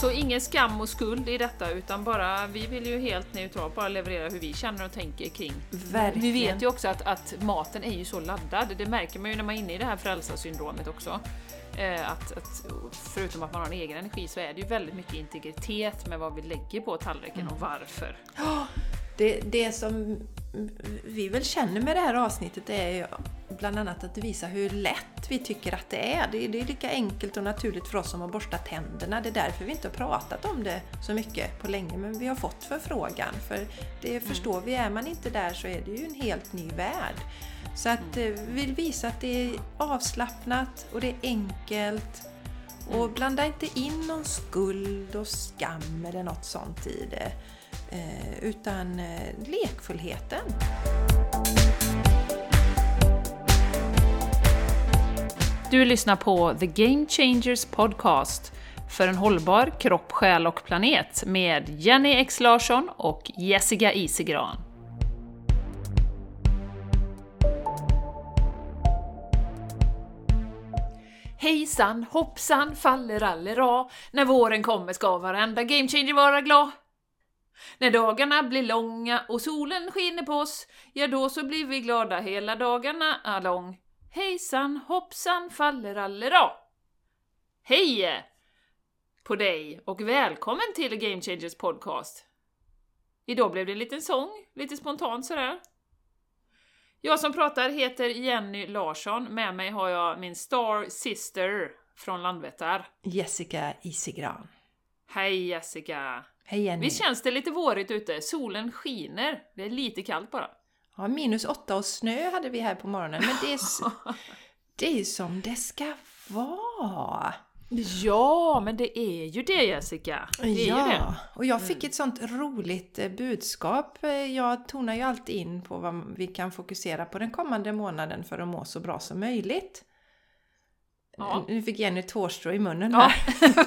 Så ingen skam och skuld i detta, utan bara, vi vill ju helt neutralt bara leverera hur vi känner och tänker kring. Verkligen. Vi vet ju också att maten är ju så laddad, det märker man ju när man är inne i det här frälsarsyndromet också. Att förutom att man har en egen energi så är det ju väldigt mycket integritet med vad vi lägger på tallriken och varför. Det som vi väl känner med det här avsnittet är ju bland annat att visa hur lätt vi tycker att det är. Det är lika enkelt och naturligt för oss som att borsta tänderna. Det är därför vi inte har pratat om det så mycket på länge, men vi har fått förfrågan. För det förstår vi, är man inte där så är det ju en helt ny värld. Så att vi vill visa att det är avslappnat och det är enkelt. Och blanda inte in någon skuld och skam eller något sånt i det. Utan lekfullheten. Du lyssnar på The Game Changers podcast för en hållbar kropp, själ och planet med Jenny X Larsson och Jessica Isegran. Hejsan, hoppsan, faller allera. När våren kommer ska varenda Game Changer vara glad. När dagarna blir långa och solen skiner på oss, ja då så blir vi glada hela dagarna allång. Hejsan, hoppsan, faller allera. Hej på dig och välkommen till Game Changers podcast. Idag blev det en liten sång, lite spontant sådär. Jag som pratar heter Jenny Larsson, med mig har jag min star sister från Landvetter. Jessica Isegran. Hej Jessica. Hej Jenny. Visst känns det lite vårigt ute, solen skiner, det är lite kallt bara. Ja, -8 och snö hade vi här på morgonen, men det är som det ska vara. Ja, men det är ju det Jessica. Det är ju det. Och jag fick ett sånt roligt budskap. Jag tonar ju alltid in på vad vi kan fokusera på den kommande månaden för att må så bra som möjligt. Ja. Nu fick Jenny ett hårstrå i munnen här. Ja.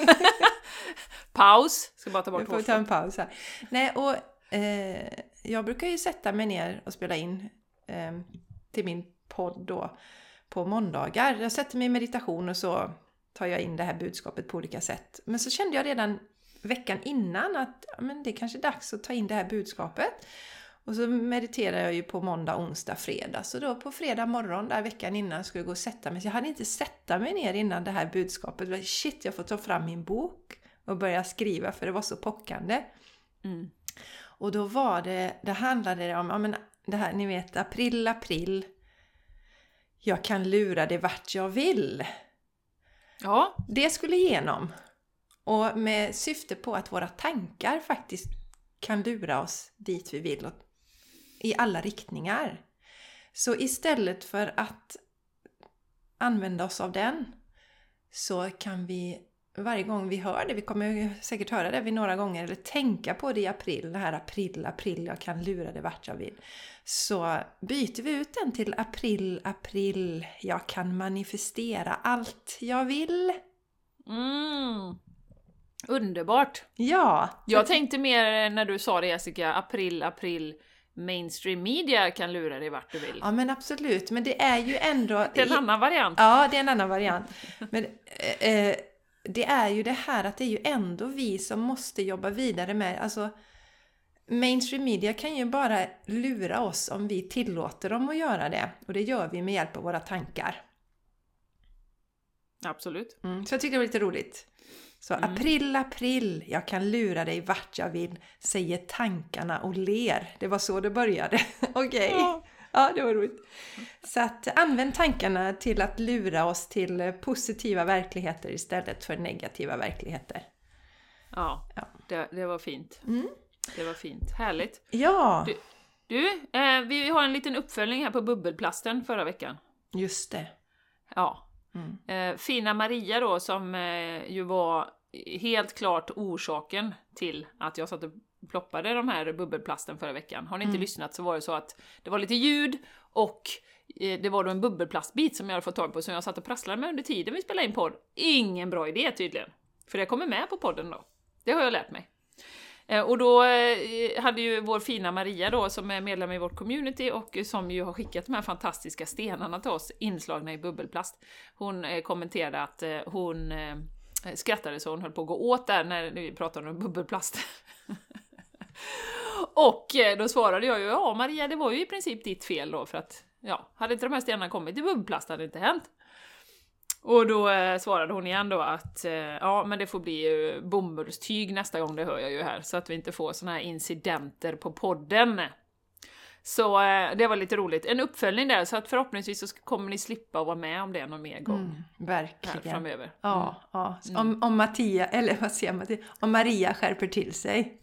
Paus. Ska bara ta bort hårstrå. Jag får ta en paus här. Nej, och jag brukar ju sätta mig ner och spela in till min podd då på måndagar. Jag sätter mig i meditation och så tar jag in det här budskapet på olika sätt. Men så kände jag redan veckan innan att men det är kanske dags att ta in det här budskapet. Och så mediterar jag ju på måndag, onsdag, fredag. Så då på fredag morgon där veckan innan skulle jag gå och sätta mig. Så jag hade inte sätta mig ner innan det här budskapet. Shit, jag får ta fram min bok och börja skriva för det var så pockande. Mm. Och då var det handlade om ja, men det här, ni vet, april. Jag kan lura det vart jag vill. Ja. Det skulle igenom. Och med syfte på att våra tankar faktiskt kan lura oss dit vi vill. I alla riktningar. Så istället för att använda oss av den så kan vi varje gång vi hör det, vi kommer säkert höra det vid några gånger eller tänka på det i april, det här april, jag kan lura det vart jag vill. Så byter vi ut den till april, jag kan manifestera allt jag vill. Underbart! Ja! Jag tänkte mer när du sa det Jessica, april, mainstream media kan lura dig vart du vill. Ja men absolut, men det är ju ändå... Det är en annan variant. Ja, det är en annan variant. Men det är ju det här att det är ju ändå vi som måste jobba vidare med, alltså mainstream media kan ju bara lura oss om vi tillåter dem att göra det. Och det gör vi med hjälp av våra tankar. Absolut. Så jag tycker det var lite roligt. Så april, jag kan lura dig vart jag vill, säger tankarna och ler. Det var så det började. Okej. Ja, det var roligt. Så att använd tankarna till att lura oss till positiva verkligheter istället för negativa verkligheter. Ja. Det var fint. Det var fint. Härligt. Ja. Vi har en liten uppföljning här på bubbelplasten förra veckan. Just det. Ja. Fina Maria då som ju var helt klart orsaken till att jag satt och ploppade de här bubbelplasten förra veckan. Har ni inte lyssnat så var det så att det var lite ljud och det var då en bubbelplastbit som jag hade fått tag på som jag satt och prasslade med under tiden vi spelade in podd. Ingen bra idé tydligen. För det kommer med på podden då. Det har jag lärt mig. Och då hade ju vår fina Maria då som är medlem i vårt community och som ju har skickat de här fantastiska stenarna till oss inslagna i bubbelplast. Hon kommenterade att hon skrattade så hon höll på att gå åt där när vi pratade om bubbelplast. Och då svarade jag ju, ja Maria, det var ju i princip ditt fel då, för att hade inte de här stenarna kommit till bubbelplast hade det inte hänt. Och då svarade hon igen då att men det får bli ju bomullstyg nästa gång, det hör jag ju här, så att vi inte får såna här incidenter på podden. Så det var lite roligt. En uppföljning där, så att förhoppningsvis så kommer ni slippa att vara med om det någon mer gång. Verkligen. Här framöver. Ja. Om Mattia, eller vad säger man, om Maria skärper till sig.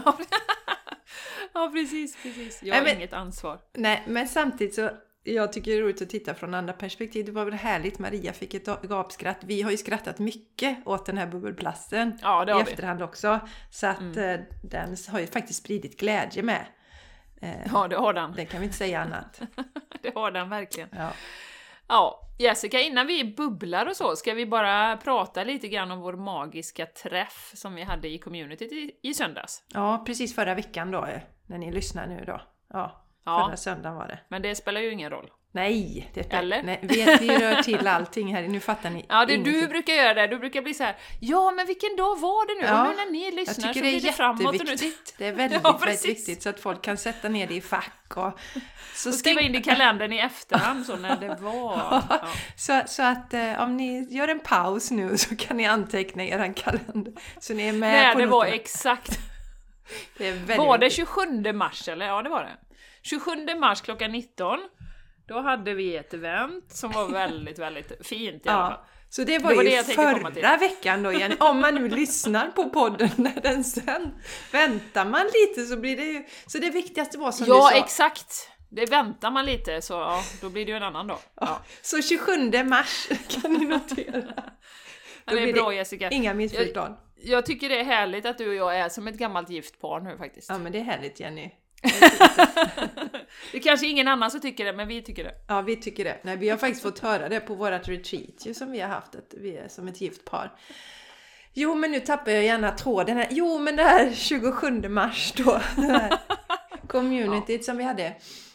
Ja, precis. Jag har inget ansvar. Nej, men samtidigt så, jag tycker det är roligt att titta från andra perspektiv. Det var väl härligt, Maria fick ett gapskratt. Vi har ju skrattat mycket åt den här bubbelplasten i efterhand också. Så att den har ju faktiskt spridit glädje med. Ja, det har den. Det kan vi inte säga annat. Det har den verkligen. Ja, Jessica, innan vi bubblar och så, ska vi bara prata lite grann om vår magiska träff som vi hade i communityt i söndags. Ja, precis förra veckan då, när ni lyssnar nu då. Ja, förra söndagen var det. Men det spelar ju ingen roll. Nej, Eller? Nej, vi rör till allting här, nu fattar ni. Ja, du brukar göra det, du brukar bli så här, ja men vilken dag var det nu? Och nu när ni lyssnar så blir det framåt. Det är väldigt viktigt så att folk kan sätta ner det i fack och skriva in det i kalendern i efterhand så när det var. Så att om ni gör en paus nu så kan ni anteckna i er kalender så ni är med när på det var noterna. Exakt. Det är väldigt var det viktigt. 27 mars eller? Ja, det var det. 27 mars klockan 19. Då hade vi ett event som var väldigt, väldigt fint i alla fall. Så det var ju förra veckan då, Jenny. Om man nu lyssnar på podden när den sen väntar man lite så blir det ju... Så det viktigaste var som du sa... Ja, exakt. Det väntar man lite så då blir det ju en annan dag. Ja. Så 27 mars kan ni notera. Det är bra, Jessica. Inga missförstånd. Jag tycker det är härligt att du och jag är som ett gammalt gift par nu faktiskt. Ja, men det är härligt, Jenny. Det är kanske ingen annan som tycker det, men vi tycker det. Ja, vi tycker det. Nej, vi har faktiskt fått höra det på vårat retreat som vi har haft, att vi är som ett gift par. Jo, men nu tappar jag gärna tråden här. Jo, men det här 27 mars då, det här communityt som vi hade.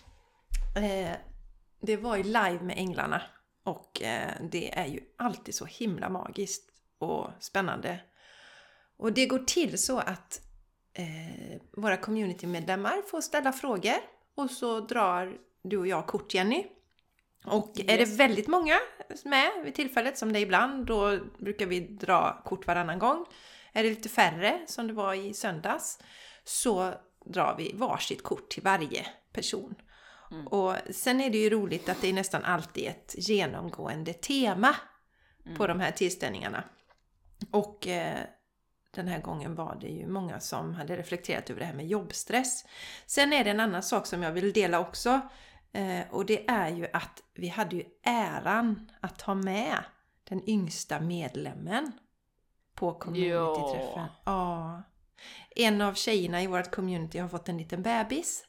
Det var ju live med änglarna. Och det är ju alltid så himla magiskt och spännande. Och det går till så att våra communitymedlemmar får ställa frågor. Och så drar du och jag kort, Jenny. Och är det väldigt många med vid tillfället, som det är ibland, då brukar vi dra kort varannan gång. Är det lite färre, som det var i söndags, så drar vi varsitt kort till varje person. Och sen är det ju roligt att det är nästan alltid ett genomgående tema på de här tillställningarna. Och den här gången var det ju många som hade reflekterat över det här med jobbstress. Sen är det en annan sak som jag vill dela också. Och det är ju att vi hade ju äran att ha med den yngsta medlemmen på communityträffen. Ja. En av tjejerna i vårt community har fått en liten bebis.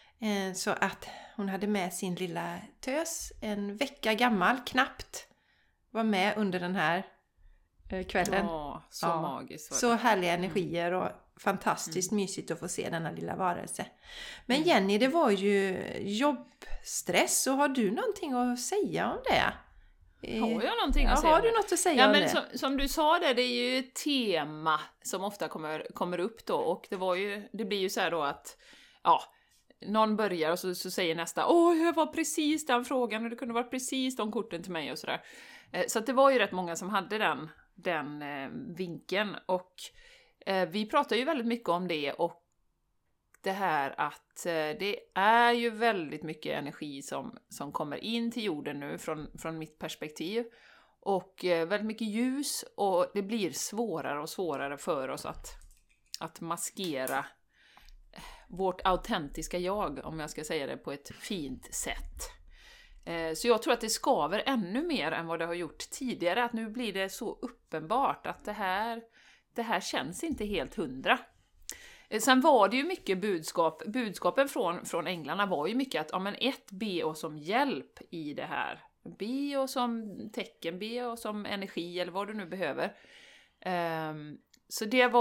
Så att hon hade med sin lilla tös, en vecka gammal knappt, var med under den här kvällen. Så magiskt. Så härliga energier och fantastiskt mysigt att få se denna lilla varelse. Men Jenny, det var ju jobbstress, och har du någonting att säga om det? Har jag någonting att säga? Har du något att säga om det? Som du sa det är ju ett tema som ofta kommer upp då, och det blir ju så här då att någon börjar och så säger nästa, jag var precis den frågan och det kunde varit precis de korten till mig och sådär. Så att det var ju rätt många som hade den vinkeln, och vi pratar ju väldigt mycket om det, och det här att det är ju väldigt mycket energi som kommer in till jorden nu från mitt perspektiv, och väldigt mycket ljus, och det blir svårare och svårare för oss att maskera vårt autentiska jag, om jag ska säga det på ett fint sätt. Så jag tror att det skaver ännu mer än vad det har gjort tidigare, att nu blir det så uppenbart att det här känns inte helt 100. Sen var det ju mycket budskapen från änglarna var ju mycket att be oss om hjälp i det här. Be oss om tecken, be oss om energi eller vad du nu behöver. Så det var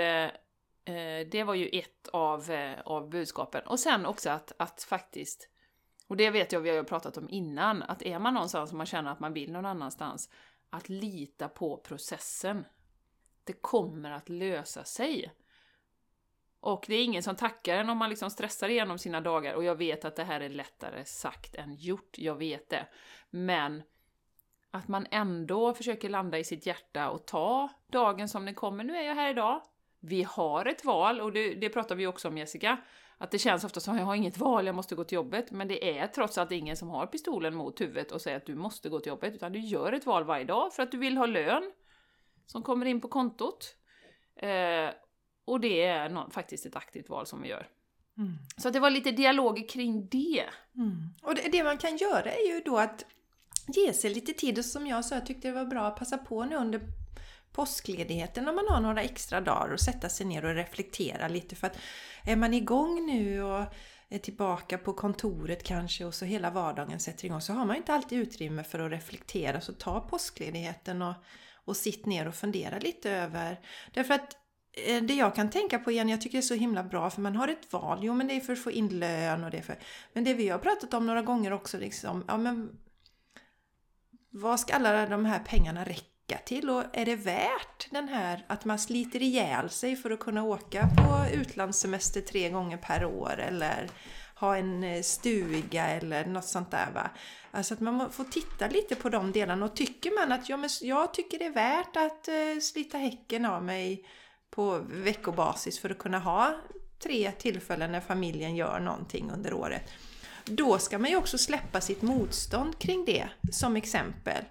ju ett av budskapen. Och sen också att faktiskt, och det vet jag vi har pratat om innan, att är man någonstans som man känner att man vill någon annanstans, att lita på processen. Det kommer att lösa sig. Och det är ingen som tackar en om man liksom stressar igenom sina dagar. Och jag vet att det här är lättare sagt än gjort, jag vet det. Men att man ändå försöker landa i sitt hjärta och ta dagen som den kommer. Nu är jag här idag. Vi har ett val, och det pratar vi också om, Jessica. Att det känns ofta som att jag har inget val, jag måste gå till jobbet. Men det är trots allt ingen som har pistolen mot huvudet och säger att du måste gå till jobbet. Utan du gör ett val varje dag för att du vill ha lön som kommer in på kontot. Och det är faktiskt ett aktivt val som vi gör. Mm. Så att det var lite dialoger kring det. Mm. Och det man kan göra är ju då att ge sig lite tid. Och som jag sa, jag tyckte det var bra att passa på nu under påskledigheten när man har några extra dagar och sätta sig ner och reflektera lite. För att är man igång nu och är tillbaka på kontoret kanske och så hela vardagen sätter igång, så har man inte alltid utrymme för att reflektera. Så ta påskledigheten och sitt ner och fundera lite över. Därför att det jag kan tänka på igen, jag tycker det är så himla bra, för man har ett val. Jo, men det är för att få in lön och det är för... Men det vi har pratat om några gånger också, liksom, ja men vad ska alla de här pengarna räcka till? Och är det värt den här att man sliter ihjäl sig för att kunna åka på utlandssemester 3 gånger per år eller ha en stuga eller något sånt där, va? Alltså att man får titta lite på de delarna, och tycker man att ja, men jag tycker det är värt att slita häcken av mig på veckobasis för att kunna ha 3 tillfällen när familjen gör någonting under året. Då ska man ju också släppa sitt motstånd kring det, som exempel.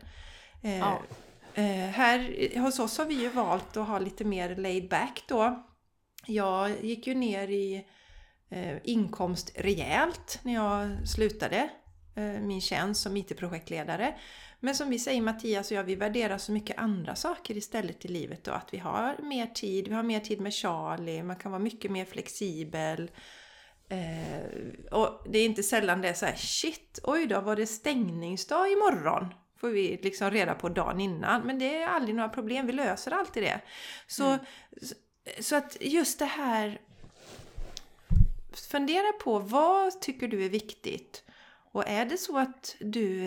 Här hos oss har vi ju valt att ha lite mer laid back då. Jag gick ju ner i inkomst rejält när jag slutade min tjänst som IT-projektledare. Men som vi säger, Mattias och jag, vi värderar så mycket andra saker istället i livet då. Att vi har mer tid, vi har mer tid med Charlie, man kan vara mycket mer flexibel. Och det är inte sällan det är så här, shit, oj då, var det stängningsdag imorgon? Får vi liksom reda på dagen innan. Men det är aldrig några problem, vi löser alltid det. Så att just det här, fundera på vad tycker du är viktigt. Och är det så att du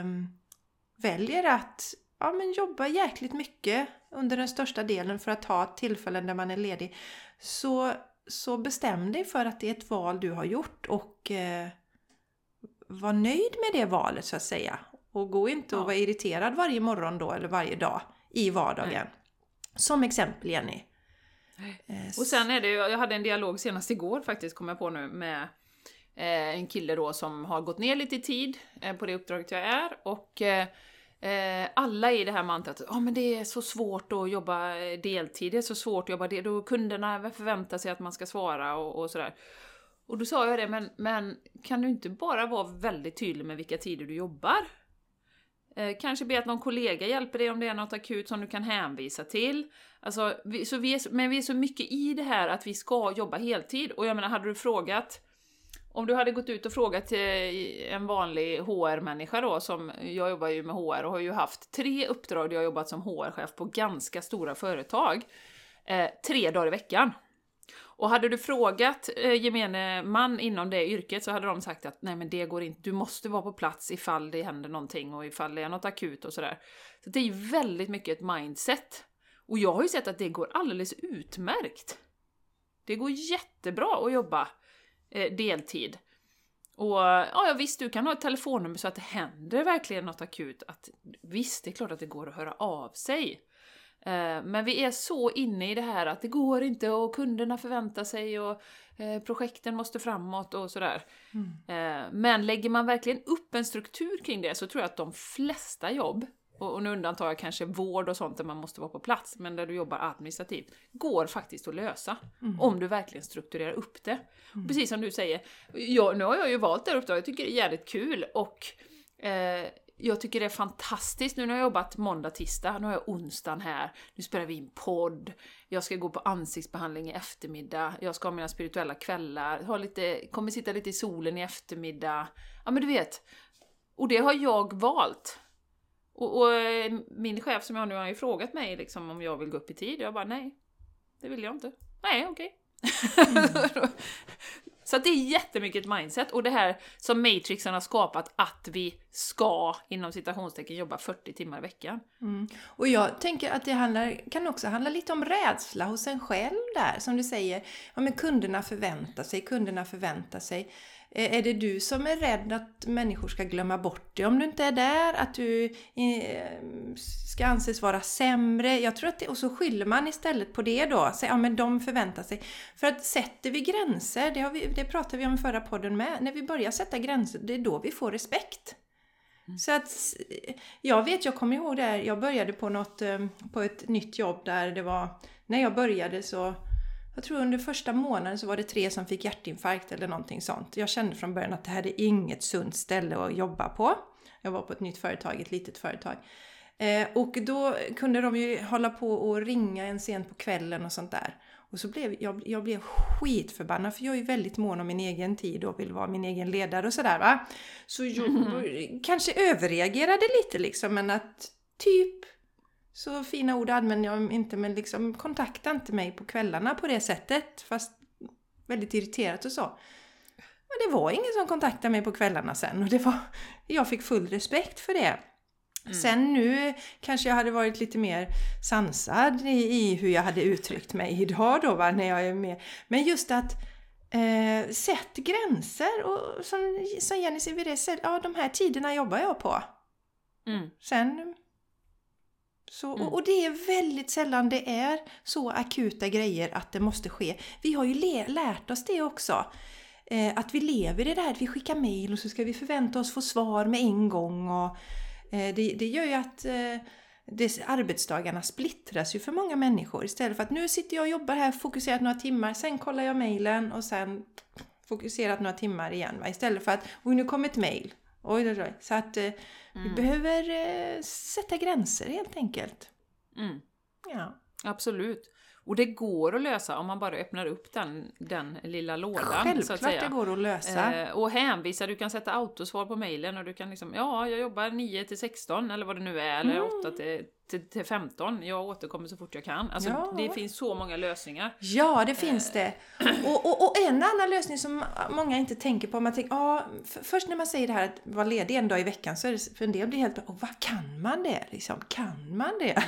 väljer att jobba jäkligt mycket under den största delen för att ha tillfällen där man är ledig, så bestäm dig för att det är ett val du har gjort, och var nöjd med det valet så att säga. Och gå inte och vara irriterad varje morgon då eller varje dag i vardagen. Nej. Som exempel, Jenny. Och sen är det, jag hade en dialog senast igår faktiskt, kom jag på nu, med en kille då som har gått ner lite i tid på det uppdraget jag är, och alla i det här mantrat att men det är så svårt att jobba deltid, det är så svårt att jobba det, då kunderna förväntar sig att man ska svara och sådär. Och då sa jag det, men kan du inte bara vara väldigt tydlig med vilka tider du jobbar? Kanske be att någon kollega hjälper dig om det är något akut som du kan hänvisa till. Alltså, vi är så mycket i det här att vi ska jobba heltid. Och jag menar, hade du frågat, om du hade gått ut och frågat en vanlig HR-människa då, som jag jobbar ju med HR och har ju haft 3 uppdrag där jag har jobbat som HR-chef på ganska stora företag, 3 dagar i veckan. Och hade du frågat gemene man inom det yrket, så hade de sagt att nej, men det går inte, du måste vara på plats ifall det händer någonting och ifall det är något akut och sådär. Så det är ju väldigt mycket ett mindset. Och jag har ju sett att det går alldeles utmärkt. Det går jättebra att jobba deltid. Och ja, visst, du kan ha ett telefonnummer så att det händer verkligen något akut. Att, visst, det är klart att det går att höra av sig. Men vi är så inne i det här att det går inte och kunderna förväntar sig och projekten måste framåt och sådär. Men lägger man verkligen upp en struktur kring det, så tror jag att de flesta jobb, och nu undantar jag kanske vård och sånt där man måste vara på plats, men där du jobbar administrativt, går faktiskt att lösa. Om du verkligen strukturerar upp det. Precis som du säger, nu har jag ju valt det uppdraget, jag tycker det är jävligt kul, och jag tycker det är fantastiskt. Nu när jag har jobbat måndag, tisdag, nu har jag onsdagen här. Nu spelar vi in podd. Jag ska gå på ansiktsbehandling i eftermiddag. Jag ska ha mina spirituella kvällar. Kommer sitta lite i solen i eftermiddag. Ja, men du vet. Och det har jag valt. Och min chef som jag nu har ju frågat mig liksom, om jag vill gå upp i tid. Jag bara, nej, det vill jag inte. Nej, okej. Så att det är jättemycket ett mindset, och det här som Matrixen har skapat, att vi ska inom citationstecken jobba 40 timmar i veckan. Och jag tänker att det kan också handla lite om rädsla hos en själv där, som du säger. Ja, men kunderna förväntar sig. Är det du som är rädd att människor ska glömma bort det om du inte är där? Att du ska anses vara sämre? Jag tror att och så skyller man istället på det då. Så, ja, men de förväntar sig. För att sätter vi gränser, det pratade vi om i förra podden med. När vi börjar sätta gränser, det är då vi får respekt. Så att jag kommer ihåg där, jag började på ett nytt jobb där det var, när jag började så, jag tror under första månaden så var det 3 som fick hjärtinfarkt eller någonting sånt. Jag kände från början att det här är inget sunt ställe att jobba på. Jag var på ett nytt företag, ett litet företag. Och då kunde de ju hålla på och ringa en sent på kvällen och sånt där. Och så blev jag blev skitförbannad, för jag är väldigt mån om min egen tid och vill vara min egen ledare och sådär, va. Så jag kanske överreagerade lite liksom, men att typ, så fina ord använder jag inte, men liksom kontakta inte mig på kvällarna på det sättet, fast väldigt irriterat och så. Men det var ingen som kontaktade mig på kvällarna sen, och jag fick full respekt för det. Sen nu kanske jag hade varit lite mer sansad i hur jag hade uttryckt mig idag då, va, när jag är med. Men just att sätt gränser, och som Jenny säger, ja, de här tiderna jobbar jag på. Sen så, och det är väldigt sällan det är så akuta grejer att det måste ske. Vi har ju lärt oss det också. Att vi lever i det här, att vi skickar mejl och så ska vi förvänta oss få svar med en gång, och det gör ju att arbetsdagarna splittras ju för många människor. Istället för att nu sitter jag och jobbar här fokuserat några timmar, sen kollar jag mejlen och sen fokuserat några timmar igen. Va? Istället för att, nu kommer ett mejl. Oj. Så att vi behöver sätta gränser helt enkelt. Ja. Absolut. Och det går att lösa om man bara öppnar upp den lilla lådan. Självklart så att säga. Det går att lösa. Och hänvisa, du kan sätta autosvar på mejlen, och du kan liksom, jag jobbar 9-16 eller vad det nu är, eller 8-15. Jag återkommer så fort jag kan. Alltså det finns så många lösningar. Ja, det finns det. Och en annan lösning som många inte tänker på, man tänker, först när man säger det här att vara ledig en dag i veckan, så är det för en del blir helt, vad kan man det? Liksom, kan man det?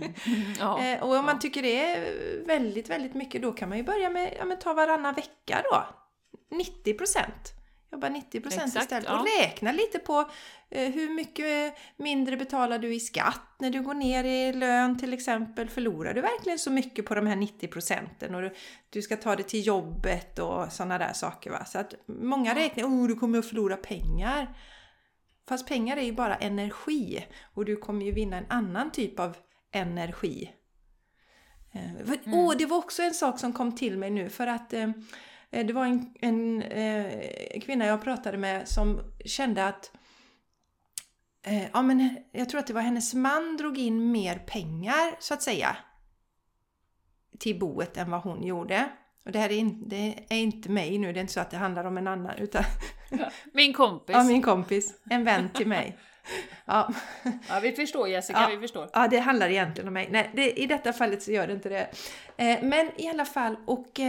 Och om man tycker det är väldigt, väldigt mycket, då kan man ju börja med, ta varannan vecka då. 90%. Jobba 90% istället. Och räkna lite på hur mycket mindre betalar du i skatt när du går ner i lön till exempel. Förlorar du verkligen så mycket på de här 90%? Och du ska ta det till jobbet och sådana där saker, va? Så att många räknar, du kommer att förlora pengar. Fast pengar är ju bara energi. Och du kommer ju vinna en annan typ av energi. Det var också en sak som kom till mig nu, för att det var en kvinna jag pratade med som kände att jag tror att det var hennes man drog in mer pengar så att säga till boet än vad hon gjorde. Och det är inte mig nu, det är inte så att det handlar om en annan, utan min kompis. Ja, min kompis, en vän till mig. Ja, vi förstår Jessica, vi förstår. Ja, det handlar egentligen om mig. Nej, i detta fallet så gör det inte det. Men i alla fall, och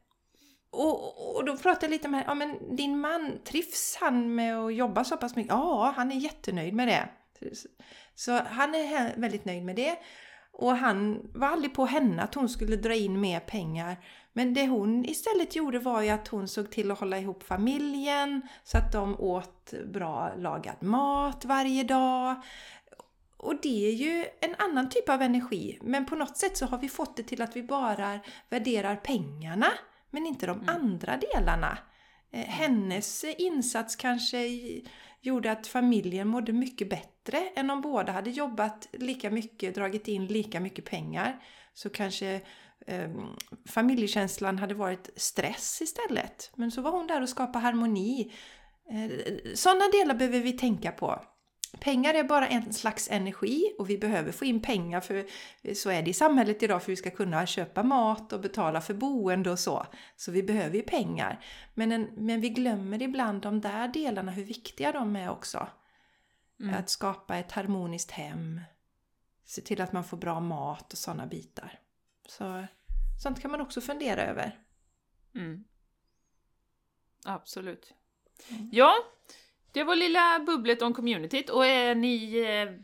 då pratade jag lite med, men din man, trivs han med att jobba så pass mycket? Ja, han är jättenöjd med det. Så han är väldigt nöjd med det. Och han var aldrig på henne att hon skulle dra in mer pengar. Men det hon istället gjorde var ju att hon såg till att hålla ihop familjen. Så att de åt bra lagad mat varje dag. Och det är ju en annan typ av energi. Men på något sätt så har vi fått det till att vi bara värderar pengarna. Men inte de andra delarna. Hennes insats kanske gjorde att familjen mådde mycket bättre än om båda hade jobbat lika mycket, dragit in lika mycket pengar. Så kanske familjekänslan hade varit stress istället. Men så var hon där och skapade harmoni. Sådana delar behöver vi tänka på. Pengar är bara en slags energi och vi behöver få in pengar, för så är det i samhället idag, för vi ska kunna köpa mat och betala för boende och så. Så vi behöver ju pengar. Men vi glömmer ibland de där delarna, hur viktiga de är också. Att skapa ett harmoniskt hem. Se till att man får bra mat och sådana bitar. Så sånt kan man också fundera över. Absolut. Ja, det var lilla bubblet om communityt och ni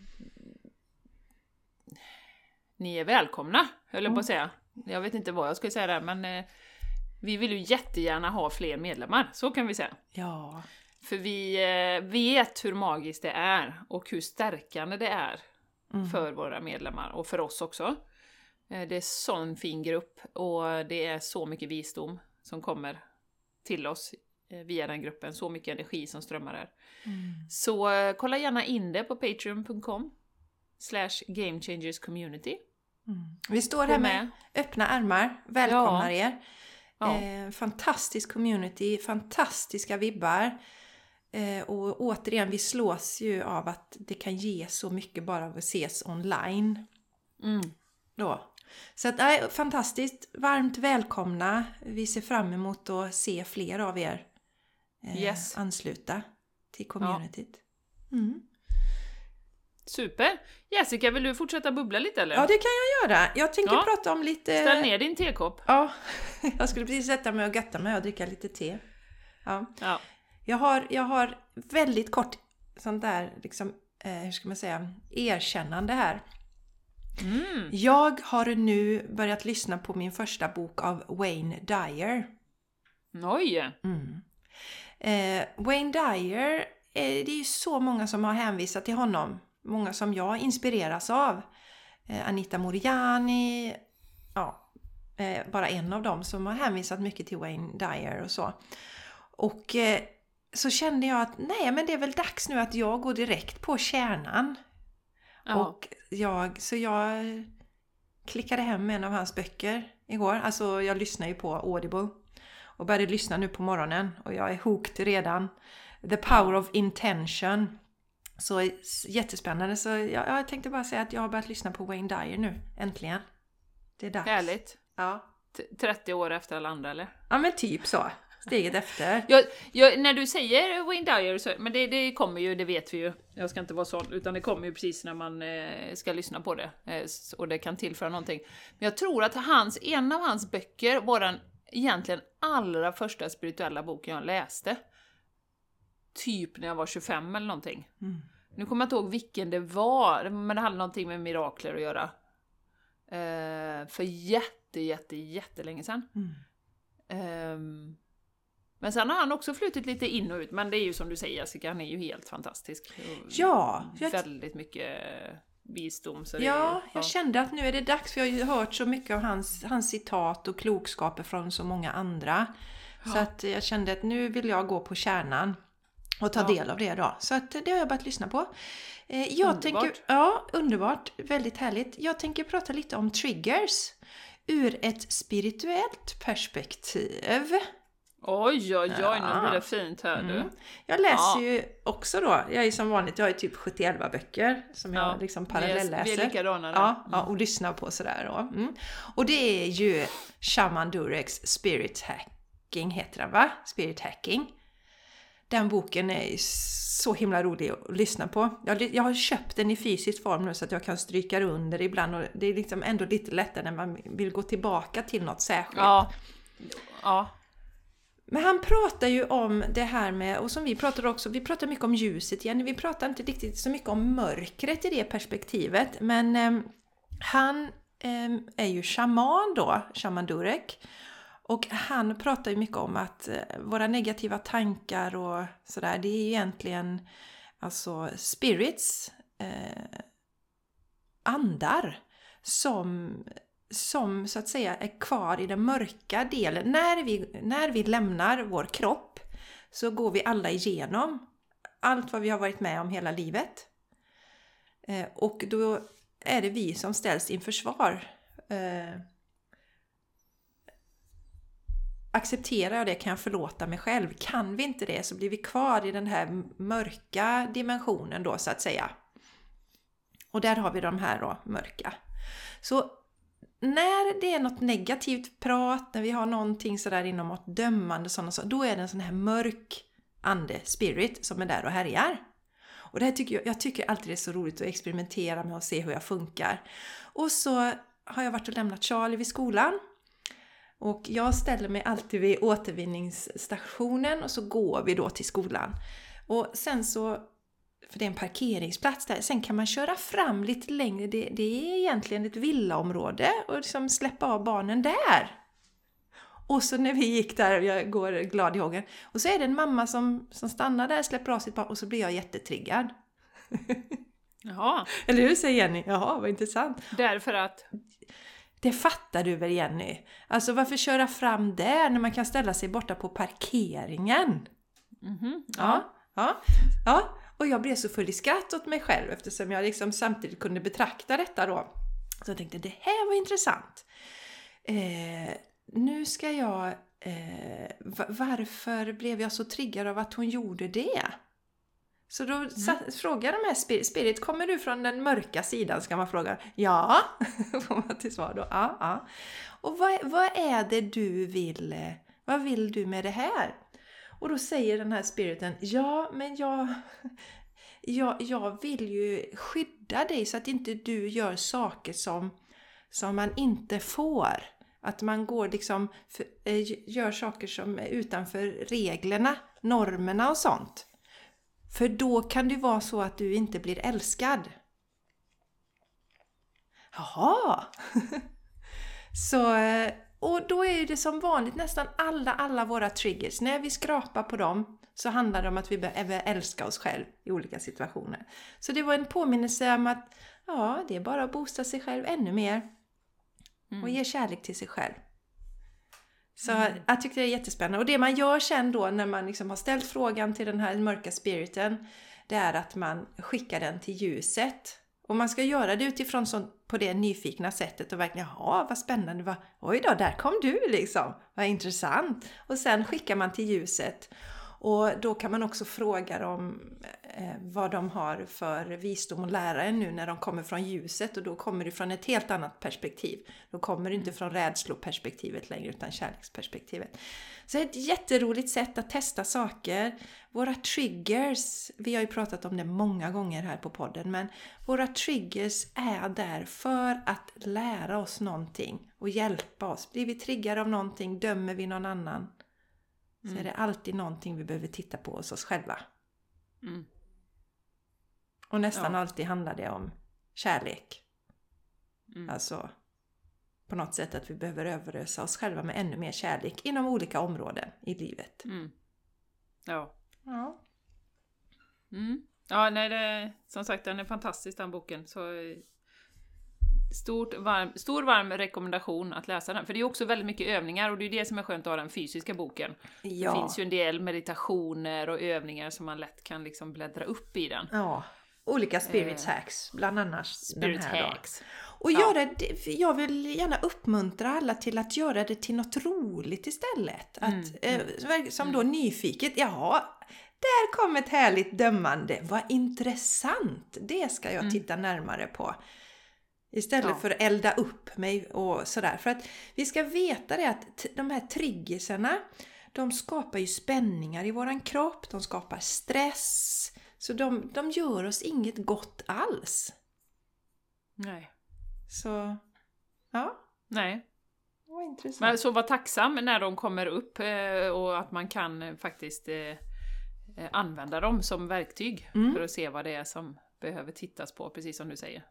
är välkomna, höll jag på att säga. Jag vet inte vad jag skulle säga där, men vi vill ju jättegärna ha fler medlemmar, så kan vi säga. Ja. För vi vet hur magiskt det är och hur stärkande det är för våra medlemmar och för oss också. Det är sån fin grupp och det är så mycket visdom som kommer till oss via den gruppen. Så mycket energi som strömmar där. Så kolla gärna in det på patreon.com/gamechangerscommunity. Vi står här med öppna armar, välkomnar er. Ja. Fantastisk community, fantastiska vibbar. Och återigen, vi slås ju av att det kan ge så mycket bara av att ses online. Då. Så att, fantastiskt, varmt välkomna. Vi ser fram emot att se fler av er ansluta till communityt. Super! Jessica, vill du fortsätta bubbla lite eller? Ja, det kan jag göra. Jag tänker prata om lite... Ställ ner din tekopp. Ja, jag skulle precis sätta mig och götta mig och dricka lite te. Ja. Jag har väldigt kort sånt där, liksom, hur ska man säga, erkännande här. Jag har nu börjat lyssna på min första bok av Wayne Dyer. Oj! Wayne Dyer, det är ju så många som har hänvisat till honom. Många som jag inspireras av. Anita Moriani, bara en av dem som har hänvisat mycket till Wayne Dyer och så. Och så kände jag att men det är väl dags nu att jag går direkt på kärnan. Och jag klickade hem en av hans böcker igår. Alltså jag lyssnar ju på Audible och började lyssna nu på morgonen och jag är hooked redan. The Power of Intention. Så jättespännande. Så jag tänkte bara säga att jag har börjat lyssna på Wayne Dyer nu. Äntligen. Det är dags. Härligt. Ja. 30 år efter alla andra, eller? Ja, men typ så. Steget efter. När du säger Wayne Dyer, så, men det kommer ju, det vet vi ju. Jag ska inte vara sån, utan det kommer ju precis när man ska lyssna på det. Och det kan tillföra någonting. Men jag tror att en av hans böcker var den egentligen allra första spirituella boken jag läste. Typ när jag var 25 eller någonting. Nu kommer jag inte ihåg vilken det var, men det hade någonting med mirakler att göra. För jättelänge sedan. Men sen har han också flutit lite in och ut. Men det är ju som du säger, Jessica, han är ju helt fantastisk. Väldigt mycket visdom. Så jag kände att nu är det dags. För jag har ju hört så mycket av hans citat och klokskaper från så många andra. Så att jag kände att nu vill jag gå på kärnan och ta del av det då. Så att det har jag börjat lyssna på. Underbart. Väldigt härligt. Jag tänker prata lite om triggers ur ett spirituellt perspektiv. Oj, nu blir det fint här du. Jag läser ju också då, jag är som vanligt, jag har ju typ 71 böcker som jag liksom parallelläser. Vi är likadana nu. Och lyssnar på sådär då. Och det är ju Shaman Dureks Spirit Hacking heter den, va? Spirit Hacking. Den boken är så himla rolig att lyssna på. Jag har köpt den i fysisk form nu så att jag kan stryka under ibland. Och det är liksom ändå lite lättare när man vill gå tillbaka till något särskilt. Ja. Men han pratar ju om det här med, och som vi pratar också, vi pratar mycket om ljuset igen. Vi pratar inte riktigt så mycket om mörkret i det perspektivet. Men han är ju shaman då, Shaman Durek. Och han pratar ju mycket om att våra negativa tankar och sådär, det är egentligen alltså spirits, andar som så att säga är kvar i den mörka delen. När vi lämnar vår kropp så går vi alla igenom allt vad vi har varit med om hela livet. Och då är det vi som ställs inför svar. Accepterar jag det, kan jag förlåta mig själv. Kan vi inte det så blir vi kvar i den här mörka dimensionen då så att säga. Och där har vi de här då, mörka. Så när det är något negativt prat, när vi har någonting sådär inom något dömande sådana, då är det en sån här mörk ande, spirit, som är där och härjar. Och det här jag tycker alltid det är så roligt att experimentera med och se hur jag funkar. Och så har jag varit och lämnat Charlie vid skolan. Och jag ställer mig alltid vid återvinningsstationen och så går vi då till skolan. Och sen så, för det är en parkeringsplats där, sen kan man köra fram lite längre. Det är egentligen ett villaområde och liksom släppa av barnen där. Och så när vi gick där, jag går glad i hågen, och så är det en mamma som stannar där, släpper av sitt barn och så blir jag jättetriggad. Jaha. Eller hur, säger Jenny? Jaha, vad intressant. Därför att... Det fattar du väl, Jenny? Alltså varför köra fram där när man kan ställa sig borta på parkeringen? Ja. Och jag blev så full i skratt åt mig själv eftersom jag liksom samtidigt kunde betrakta detta då. Så jag tänkte, det här var intressant. Nu ska jag... varför blev jag så triggad av att hon gjorde det? Så då frågar de här Spirit, kommer du från den mörka sidan, ska man fråga. Ja, får man till svar då. Ja. Och vad är det du vill, vad vill du med det här? Och då säger den här spiriten, ja men jag vill ju skydda dig så att inte du gör saker som man inte får. Att man går liksom, gör saker som är utanför reglerna, normerna och sånt. För då kan det vara så att du inte blir älskad. Jaha! Så, och då är det som vanligt nästan alla våra triggers. När vi skrapar på dem så handlar det om att vi behöver älska oss själv i olika situationer. Så det var en påminnelse om att det är bara att boosta sig själv ännu mer. Och ge kärlek till sig själv. Så jag tycker det är jättespännande. Och det man gör sen då när man liksom har ställt frågan till den här mörka spiriten, det är att man skickar den till ljuset. Och man ska göra det utifrån på det nyfikna sättet och verkligen, vad spännande, oj då, där kom du liksom, vad intressant. Och sen skickar man till ljuset. Och då kan man också fråga dem vad de har för visdom och lära nu när de kommer från ljuset. Och då kommer det från ett helt annat perspektiv. Då kommer det inte från rädsloperspektivet längre utan kärleksperspektivet. Så det är ett jätteroligt sätt att testa saker. Våra triggers, vi har ju pratat om det många gånger här på podden. Men våra triggers är där för att lära oss någonting och hjälpa oss. Blir vi triggade av någonting, dömer vi någon annan. Så är det alltid någonting vi behöver titta på oss själva. Och nästan alltid handlar det om kärlek. Alltså på något sätt att vi behöver överösa oss själva med ännu mer kärlek inom olika områden i livet. Ja, nej, som sagt, den är fantastisk, den boken. Så stor varm rekommendation att läsa den. För det är också väldigt mycket övningar och det är det som är skönt att ha den fysiska boken. Ja. Det finns ju en del meditationer och övningar som man lätt kan liksom bläddra upp i den. Ja, olika spirit hacks, bland annat spirit den här hacks. Och jag vill gärna uppmuntra alla till att göra det till något roligt istället. Som då nyfiket, där kom ett härligt dömande. Vad intressant, det ska jag titta närmare på. Istället för att elda upp mig och sådär. För att vi ska veta det att de här triggerserna, de skapar ju spänningar i våran kropp. De skapar stress. Så de gör oss inget gott alls. Nej. Så, Nej. Vad intressant. Men så var tacksam när de kommer upp och att man kan faktiskt använda dem som verktyg för att se vad det är som behöver tittas på, precis som du säger.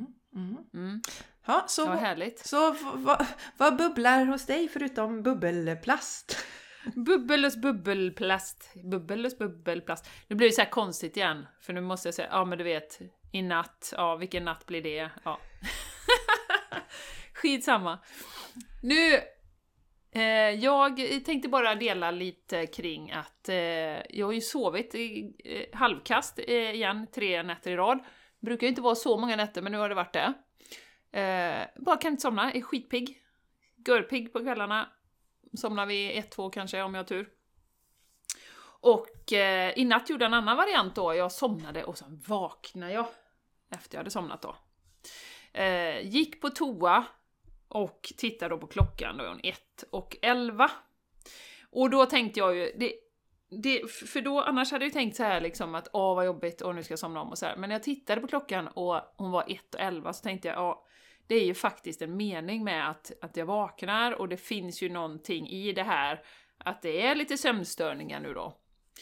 Ja, så härligt. Så vad bubblar hos dig förutom bubbelplast? Bubbelplast. Nu blir det så här konstigt igen. För nu måste jag säga, men du vet, i natt, vilken natt blir det? Ja. Skitsamma. Nu, jag tänkte bara dela lite kring att jag har ju sovit halvkast igen 3 nätter i rad. Det brukar ju inte vara så många nätter, men nu har det varit det. Bara kan inte somna, är skitpigg. Görpigg på kvällarna. Somnar vi 1-2 kanske om jag har tur. Och i natt gjorde jag en annan variant då. Jag somnade och så vaknade jag efter jag hade somnat då. Gick på toa och tittade då på klockan. Då är hon 1:11. Och då tänkte jag ju... för då, annars hade jag tänkt så här liksom att vad jobbigt och nu ska jag somna om och så här. Men när jag tittade på klockan och hon var 1:11 så tänkte jag det är ju faktiskt en mening med att jag vaknar, och det finns ju någonting i det här att det är lite sömnstörningar nu då.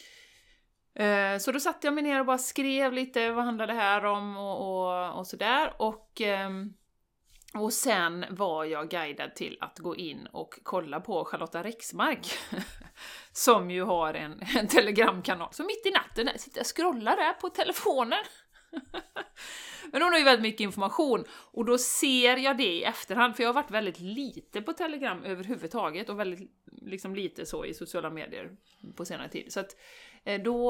Så då satte jag mig ner och bara skrev lite vad handlar det här om och sådär, och sen var jag guidad till att gå in och kolla på Charlotta Rexmark som ju har en telegramkanal. Så mitt i natten sitter jag och scrollar där på telefonen. Men hon har ju väldigt mycket information, och då ser jag det i efterhand, för jag har varit väldigt lite på Telegram överhuvudtaget och väldigt liksom lite så i sociala medier på senare tid. Så att då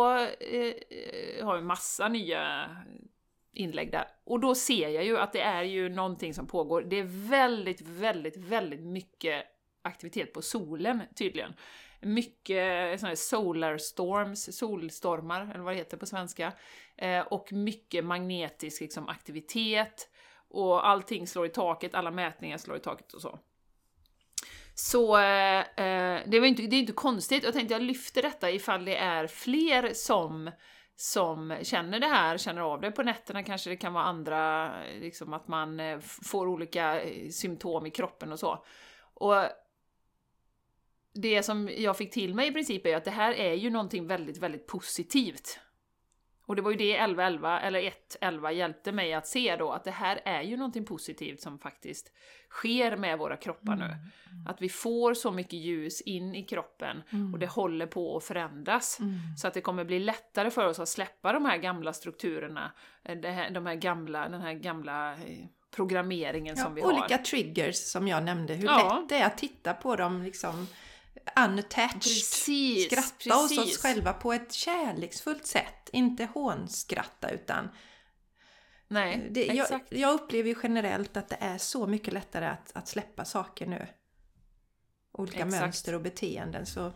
har jag massa nya inlägg där. Och då ser jag ju att det är ju någonting som pågår. Det är väldigt, väldigt, väldigt mycket aktivitet på solen tydligen. Mycket såna här solar storms, solstormar eller vad det heter på svenska. Och mycket magnetisk liksom, aktivitet. Och allting slår i taket, alla mätningar slår i taket och så. Så det är inte konstigt. Jag tänkte jag lyfter detta ifall det är fler som känner det här, känner av det på nätterna. Kanske det kan vara andra, liksom att man får olika symptom i kroppen och så. Och det som jag fick till mig i princip är att det här är ju någonting väldigt, väldigt positivt. Och det var ju det 1111 eller 111 hjälpte mig att se då, att det här är ju någonting positivt som faktiskt sker med våra kroppar nu. Att vi får så mycket ljus in i kroppen och det håller på att förändras. Så att det kommer bli lättare för oss att släppa de här gamla strukturerna, den här gamla programmeringen som vi har. Olika triggers som jag nämnde, hur lätt det är att titta på dem liksom unattached. Precis, skratta hos oss själva på ett kärleksfullt sätt. Inte hånskratta utan... Nej, exakt. Jag upplever ju generellt att det är så mycket lättare att släppa saker nu. Olika mönster och beteenden. Så.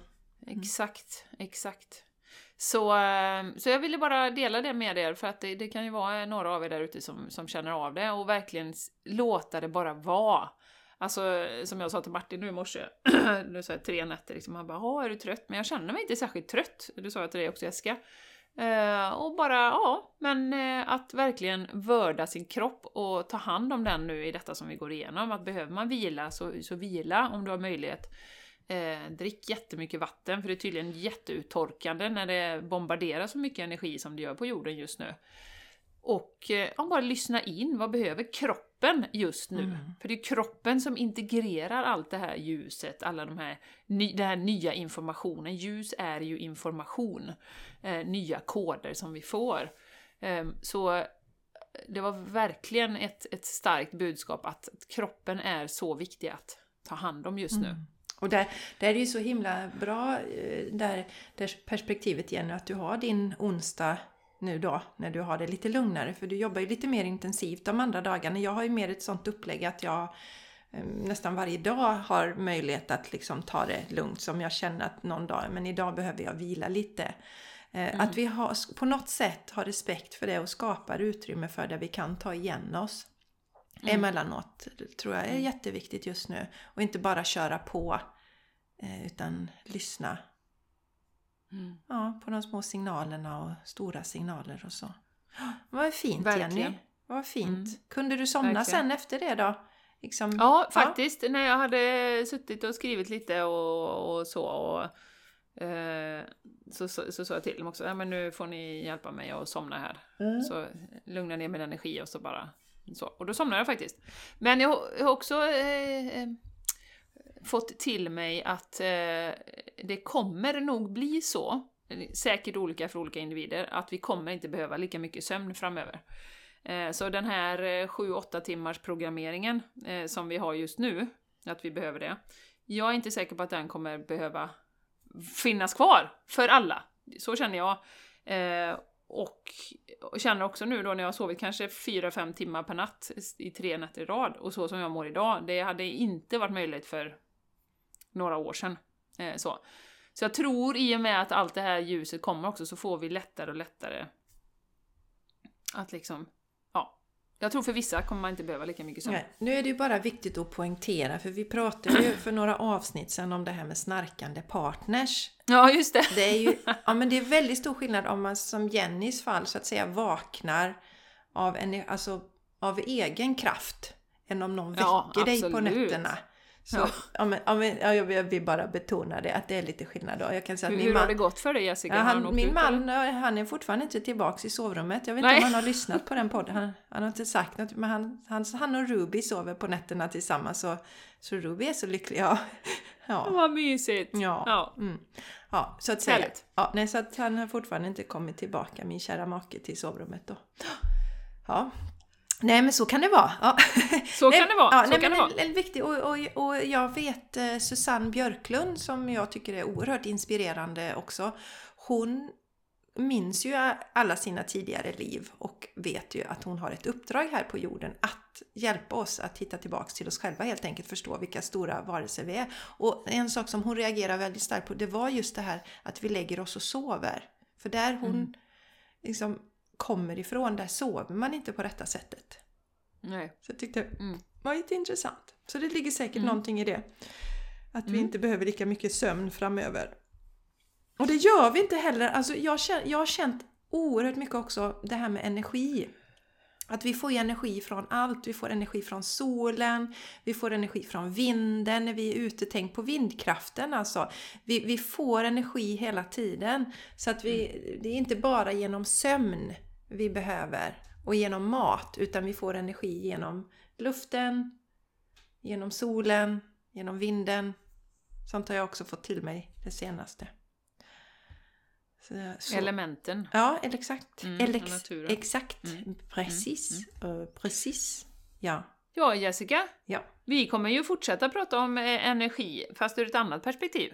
Exakt. Så jag ville bara dela det med er, för att det kan ju vara några av er där ute som känner av det, och verkligen låta det bara vara. Alltså som jag sa till Martin nu i morse, nu sa jag 3 nätter liksom, han bara, är du trött? Men jag känner mig inte särskilt trött, du sa jag till dig också Jessica. Och bara, men att verkligen vörda sin kropp och ta hand om den nu i detta som vi går igenom. Att behöver man vila så vila om du har möjlighet. Drick jättemycket vatten, för det är tydligen jätteuttorkande när det bombarderar så mycket energi som det gör på jorden just nu. Och bara lyssna in, vad behöver kroppen just nu? För det är kroppen som integrerar allt det här ljuset, alla den här nya informationen. Ljus är ju information, nya koder som vi får. Så det var verkligen ett starkt budskap att kroppen är så viktig att ta hand om just nu. Och där är det ju så himla bra, där perspektivet igen, att du har din onsdag nu då, när du har det lite lugnare, för du jobbar ju lite mer intensivt de andra dagarna. Jag har ju mer ett sånt upplägg att jag nästan varje dag har möjlighet att liksom ta det lugnt, som jag känner att någon dag, men idag behöver jag vila lite. Att vi på något sätt har respekt för det och skapar utrymme för det vi kan ta igen oss emellanåt, tror jag är jätteviktigt just nu. Och inte bara köra på, utan lyssna. Ja, på de små signalerna och stora signaler och så. Vad fint, verkligen. Jenny. Vad fint. Kunde du somna verkligen sen efter det då? Liksom, ja, faktiskt. När jag hade suttit och skrivit lite och så. Och, så sa jag till dem också, men nu får ni hjälpa mig att somna här. Så lugna ner min energi och så bara så. Och då somnade jag faktiskt. Men jag har också fått till mig att det kommer nog bli så, säkert olika för olika individer, att vi kommer inte behöva lika mycket sömn framöver. Så den här 7-8 timmars programmeringen som vi har just nu, att vi behöver det. Jag är inte säker på att den kommer behöva finnas kvar för alla. Så känner jag. Och känner också nu då när jag har sovit kanske 4-5 timmar per natt i 3 nätter i rad, och så som jag mår idag, det hade inte varit möjligt för några år sedan. Så jag tror i och med att allt det här ljuset kommer också, så får vi lättare och lättare att liksom, jag tror för vissa kommer man inte behöva lika mycket sömn. Nu är det ju bara viktigt att poängtera, för vi pratade ju för några avsnitt sedan om det här med snarkande partners. Ja, just det. Det är ju, men det är väldigt stor skillnad om man som Jennys fall så att säga vaknar av egen kraft. än om någon Ja, väcker dig på absolut. nätterna. Så jag vill bara betona det, att det är lite skillnad då. Jag kan säga att Hur har det gått för dig, Jessica? Ja, Har han åkt min ut, man, eller? han är fortfarande inte tillbaka i sovrummet. Jag vet Nej. inte om han har lyssnat på den podden. Han har inte sagt något, men han och Ruby sover på nätterna tillsammans. Så Ruby är så lycklig. Ja. Vad mysigt. Ja. Ja, så att säga. Härligt. Ja, nej, så att han har fortfarande inte kommit tillbaka, min kära make, till sovrummet då. Ja. Nej, men så kan det vara. Ja. Så kan det vara. Ja, så nej, kan det men vara. en viktig, och jag vet Susanne Björklund, som jag tycker är oerhört inspirerande också. Hon minns ju alla sina tidigare liv och vet ju att hon har ett uppdrag här på jorden att hjälpa oss att hitta tillbaka till oss själva, helt enkelt förstå vilka stora varelser vi är. Och en sak som hon reagerar väldigt starkt på, det var just det här att vi lägger oss och sover. För där hon liksom kommer ifrån, där sover man inte på rätta sättet. Nej. Så jag tyckte det var lite intressant. Så det ligger säkert någonting i det. Att vi inte behöver lika mycket sömn framöver. Och det gör vi inte heller. Alltså jag har känt oerhört mycket också det här med energi. Att vi får energi från allt. Vi får energi från solen. Vi får energi från vinden när vi är ute. Tänk på vindkraften alltså. Vi får energi hela tiden. Så att det är inte bara genom sömn vi behöver. Och genom mat. Utan vi får energi genom luften. Genom solen. Genom vinden. Sånt har jag också fått till mig det senaste. Så. Elementen. Ja, exakt. Naturen. Exakt. Precis. Precis. Ja. Ja, Jessica. Ja. Vi kommer ju fortsätta prata om energi, fast ur ett annat perspektiv.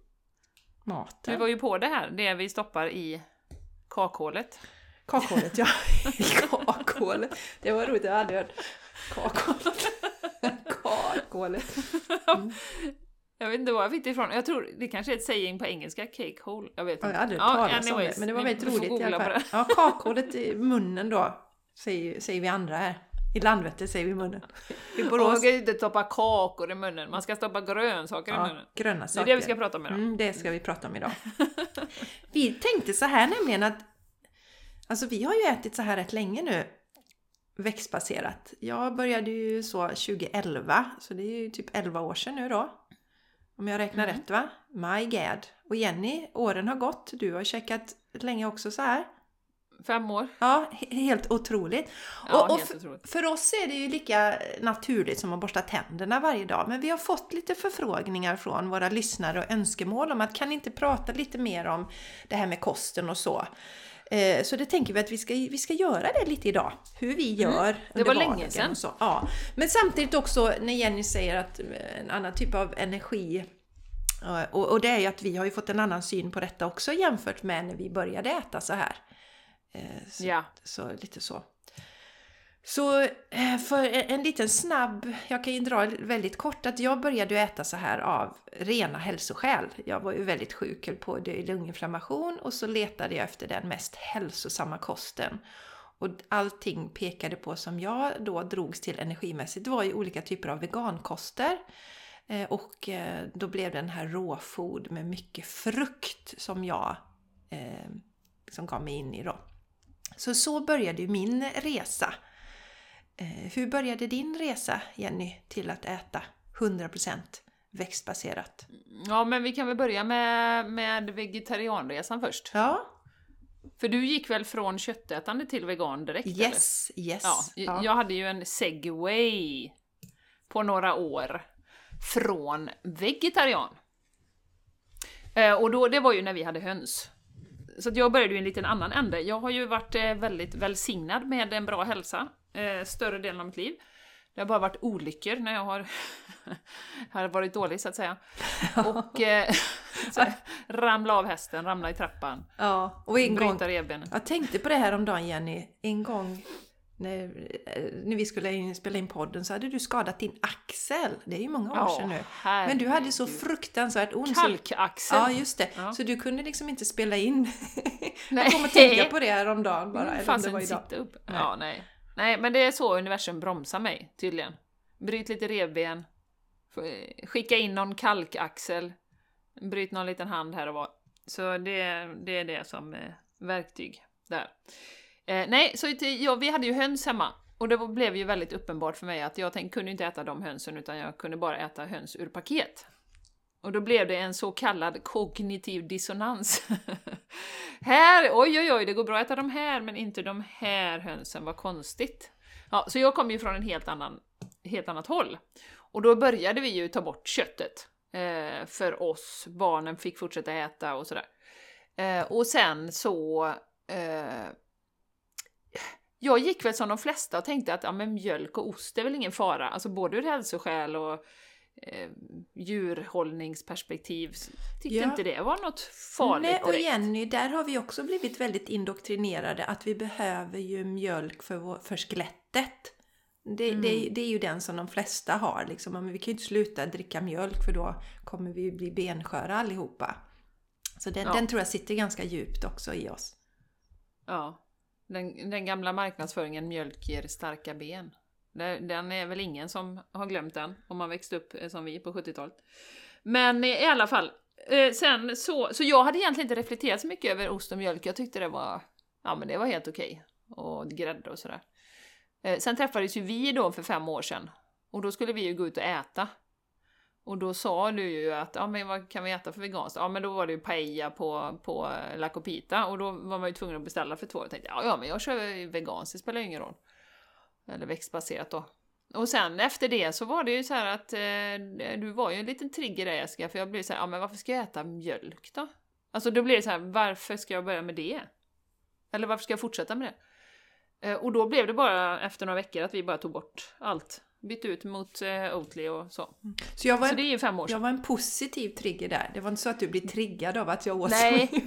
Maten. Vi var ju på det här, det vi stoppar i kakhålet. Kakhålet, ja. Kakhålet. Det var roligt, jag har aldrig hört. Kakhålet. Kakhålet. Jag vet inte var jag fick det ifrån. Jag tror det kanske är ett saying på engelska, cake hole. Jag vet inte. Jag hade talat om det, men det var väldigt roligt i alla fall. Ja, kakhålet i munnen då, säger vi andra här. I Landvetter säger vi munnen. I Borås. Man ska inte stoppa kakor i munnen, man ska stoppa grönsaker i munnen. Gröna saker. Det är det vi ska prata om idag. Det ska vi prata om idag. Vi tänkte så här nämligen att, alltså vi har ju ätit så här rätt länge nu, växtbaserat. Jag började ju så 2011, så det är ju typ 11 år sedan nu då. Om jag räknar rätt, va? My God. Och Jenny, åren har gått. Du har checkat länge också så här. 5 år. Ja, helt otroligt. Ja, och helt otroligt. För oss är det ju lika naturligt som att borsta tänderna varje dag. Men vi har fått lite förfrågningar från våra lyssnare och önskemål om att kan inte prata lite mer om det här med kosten och så. Så det tänker vi att vi ska göra det lite idag. Hur vi gör Det var under länge sedan. och så. Ja. Men samtidigt också när Jenny säger att en annan typ av energi, och det är ju att vi har ju fått en annan syn på detta också jämfört med när vi började äta så här. Så lite så. Så för en liten snabb, jag kan ju dra väldigt kort, att jag började äta så här av rena hälsoskäl. Jag var ju väldigt sjuk på lunginflammation och så letade jag efter den mest hälsosamma kosten. Och allting pekade på, som jag då drogs till energimässigt, det var ju olika typer av vegankoster. Och då blev det den här råfod med mycket frukt som jag som gav mig in i då. Så började ju min resa. Hur började din resa, Jenny, till att äta 100% växtbaserat? Ja, men vi kan väl börja med vegetarianresan först. Ja. För du gick väl från köttätande till vegan direkt? Yes. Ja. Jag hade ju en segway på några år från vegetarian. Och då, det var ju när vi hade höns. Så att jag började ju en liten annan ände. Jag har ju varit väldigt välsignad med en bra hälsa större delen av mitt liv. Det har bara varit olyckor när jag har varit dålig, så att säga. Och ramla av hästen, ramla i trappan. Ja, och en gång, bryta revbenen. jag tänkte på det här om dagen, Jenny. En gång när vi skulle spela in podden så hade du skadat din axel. Det är ju många år sedan nu. Men du hade så fruktansvärt ont. Kalkaxel. Ja, just det. Ja. Så du kunde liksom inte spela in. Nej. Jag kom att tänka på det här om dagen bara. Fast inte sitta upp. Nej. Ja, nej, men det är så universum bromsar mig, tydligen. Bryt lite revben. Skicka in någon kalkaxel. Bryt någon liten hand här och var. Så det är det som verktyg där. Nej, så vi hade ju höns hemma. Och det blev ju väldigt uppenbart för mig att jag kunde inte äta de hönsen utan jag kunde bara äta höns ur paket. Och då blev det en så kallad kognitiv dissonans. Här, oj, det går bra att äta de här men inte de här hönsen, vad konstigt. Ja, så jag kom ju från en helt annat håll. Och då började vi ju ta bort köttet för oss. Barnen fick fortsätta äta och sådär. Och sen så... jag gick väl som de flesta och tänkte att men mjölk och ost är väl ingen fara. Alltså både ur hälsoskäl och djurhållningsperspektiv. Tyckte inte det var något farligt direkt. Och Jenny, där har vi också blivit väldigt indoktrinerade att vi behöver ju mjölk för skelettet. Det är ju den som de flesta har. Liksom. Men vi kan ju inte sluta dricka mjölk för då kommer vi bli bensköra allihopa. Så den tror jag sitter ganska djupt också i oss. Ja, den gamla marknadsföringen mjölk ger starka ben. Den är väl ingen som har glömt den om man växte upp som vi på 70-talet. Men i alla fall, sen så jag hade egentligen inte reflekterat så mycket över ost och mjölk. Jag tyckte det var helt okej. Och grädde och sådär. Sen träffades ju vi då för 5 år sedan. Och då skulle vi ju gå ut och äta. Och då sa du ju att, men vad kan vi äta för veganskt? Ja, men då var det ju paella på La Copita. Och då var man ju tvungen att beställa för 2. Och tänkte, men jag kör veganskt, det spelar ingen roll. Eller växtbaserat då. Och sen efter det så var det ju så här att du var ju en liten trigger där, Jessica. För jag blev så här, men varför ska jag äta mjölk då? Alltså då blev det så här, varför ska jag börja med det? Eller varför ska jag fortsätta med det? Och då blev det bara efter några veckor att vi bara tog bort allt. Bytte ut mot Oatly och så. Så det är ju 5 år sedan. Jag var en positiv trigger där. Det var inte så att du blev triggad av att jag åt. Nej,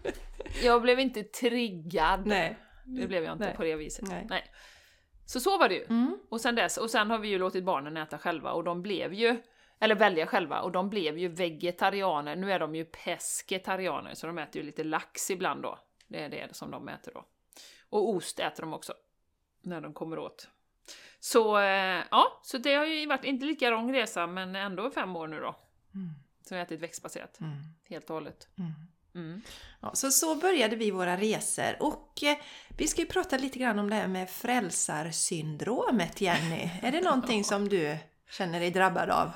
jag blev inte triggad. Nej. Det blev jag inte på det viset. Nej. Så var det ju. Och sen har vi ju låtit barnen äta själva och de blev ju, eller välja själva, och de blev ju vegetarianer. Nu är de ju pesketarianer så de äter ju lite lax ibland då. Det är det som de äter då. Och ost äter de också när de kommer åt. Så så det har ju varit inte lika lång resa men ändå 5 år nu då. Som jag ätit växtbaserat. Helt och hållet. Ja, så började vi våra resor och vi ska ju prata lite grann om det här med frälsarsyndromet, Jenny. Är det någonting som du känner dig drabbad av?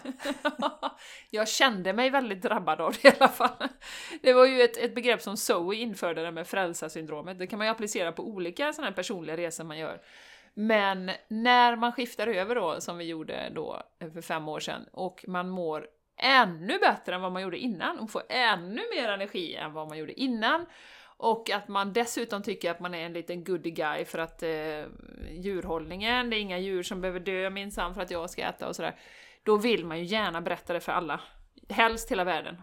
Jag kände mig väldigt drabbad av det i alla fall. Det var ju ett begrepp som Zoe införde, det med frälsarsyndromet. Det kan man ju applicera på olika sådana här personliga resor man gör. Men när man skiftar över då, som vi gjorde då för 5 år sedan, och man mår ännu bättre än vad man gjorde innan och får ännu mer energi än vad man gjorde innan, och att man dessutom tycker att man är en liten goody guy för att djurhållningen, det är inga djur som behöver dö minsann för att jag ska äta och sådär, då vill man ju gärna berätta det för alla, helst hela världen.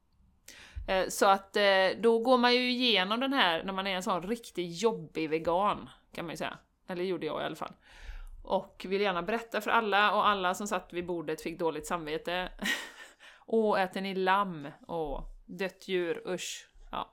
Så att då går man ju igenom den här, när man är en sån riktigt jobbig vegan kan man ju säga, eller gjorde jag i alla fall. Och vill gärna berätta för alla, och alla som satt vid bordet fick dåligt samvete. Äter ni lamm? Dött djur, usch.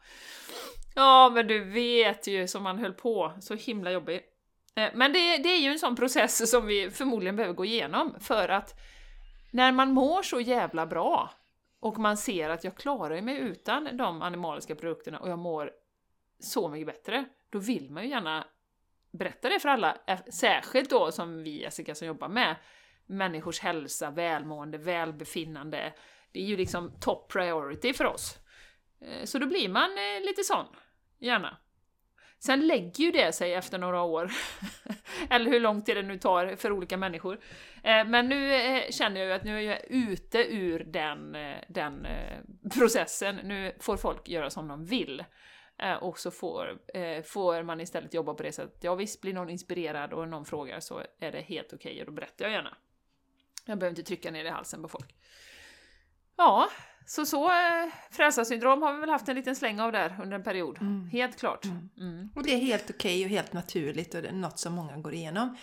Ja, men du vet ju som man höll på, så himla jobbig. Men det är ju en sån process som vi förmodligen behöver gå igenom, för att när man mår så jävla bra och man ser att jag klarar mig utan de animaliska produkterna och jag mår så mycket bättre, då vill man ju gärna berätta det för alla, särskilt då som vi, Jessica, som jobbar med människors hälsa, välmående, välbefinnande. Det är ju liksom top priority för oss. Så då blir man lite sån, gärna. Sen lägger ju det sig efter några år, eller hur lång tid det nu tar för olika människor. Men nu känner jag ju att nu är jag ute ur den processen. Nu får folk göra som de vill. Och så får man istället jobba på det sättet. Ja, visst, blir någon inspirerad och någon frågar så är det helt okej, och då berättar jag gärna. Jag behöver inte trycka ner i halsen på folk. Ja, så frälsarsyndrom har vi väl haft en liten släng av där under en period. Helt klart. Och det är helt okej och helt naturligt, och det är något som många går igenom.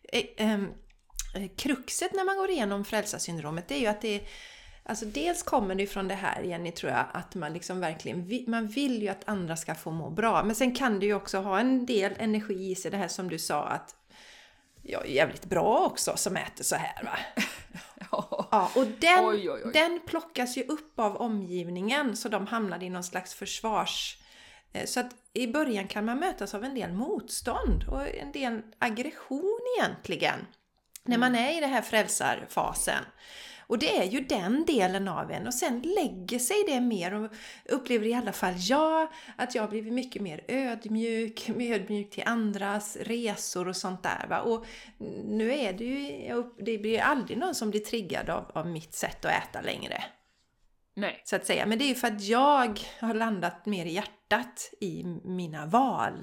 Kruxet när man går igenom frälsarsyndromet, det är ju att det alltså dels kommer det från det här, Jenny, tror jag, att man liksom verkligen man vill ju att andra ska få må bra. Men sen kan det ju också ha en del energi i sig, det här som du sa, att jag är jävligt bra också som äter så här, va? Ja, och den plockas ju upp av omgivningen, så de hamnar i någon slags försvars. Så att i början kan man mötas av en del motstånd och en del aggression egentligen. När man är i den här frälsarfasen. Och det är ju den delen av en. Och sen lägger sig det mer och upplever i alla fall jag att jag har blivit mycket mer ödmjuk till andras resor och sånt där. Va? Och nu är det ju, det blir aldrig någon som blir triggad av mitt sätt att äta längre. Nej. Så att säga. Men det är ju för att jag har landat mer i hjärtat i mina val.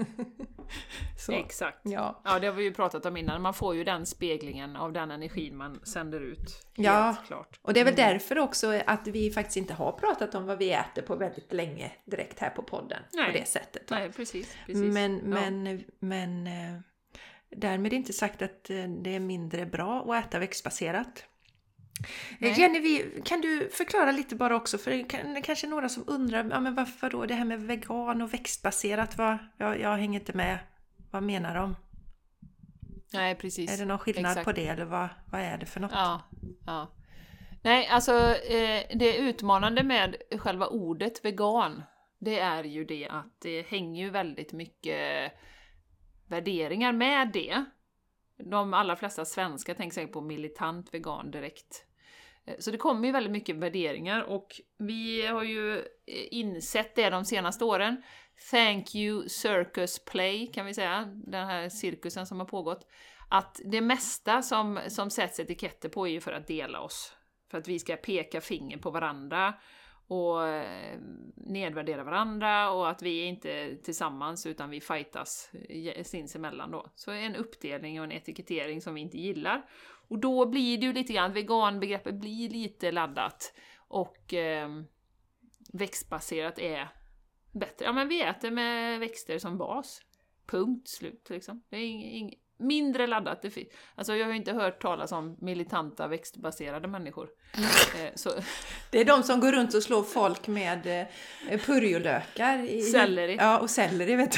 Så. Exakt. Ja, det har vi ju pratat om innan. Man får ju den speglingen av den energin man sänder ut. Ja, klart. Och det är väl därför också att vi faktiskt inte har pratat om vad vi äter på väldigt länge direkt här på podden. Nej. På det sättet. Nej, precis. Men därmed inte sagt att det är mindre bra att äta växtbaserat. Jenny, kan du förklara lite bara också, för det kanske är några som undrar, men varför då det här med vegan och växtbaserat, jag hänger inte med, vad menar de? Nej, precis. Är det någon skillnad på det, eller vad är det för något? Ja. Nej, alltså det utmanande med själva ordet vegan, det är ju det att det hänger ju väldigt mycket värderingar med det. De allra flesta svenskar tänker sig på militant vegan direkt. Så det kommer ju väldigt mycket värderingar, och vi har ju insett det de senaste åren. Thank you circus play, kan vi säga, den här cirkusen som har pågått. Att det mesta som sätts etiketter på är ju för att dela oss. För att vi ska peka finger på varandra och nedvärdera varandra, och att vi är inte tillsammans utan vi fightas sinsemellan då. Så en uppdelning och en etikettering som vi inte gillar. Och då blir det ju lite grann, veganbegreppet blir lite laddat, och växtbaserat är bättre. Ja, men vi äter med växter som bas. Punkt slut liksom. Det är mindre laddat. Alltså jag har inte hört talas om militanta växtbaserade människor. Så. Det är de som går runt och slår folk med purjolökar. Selleri. Ja, och selleri, vet du.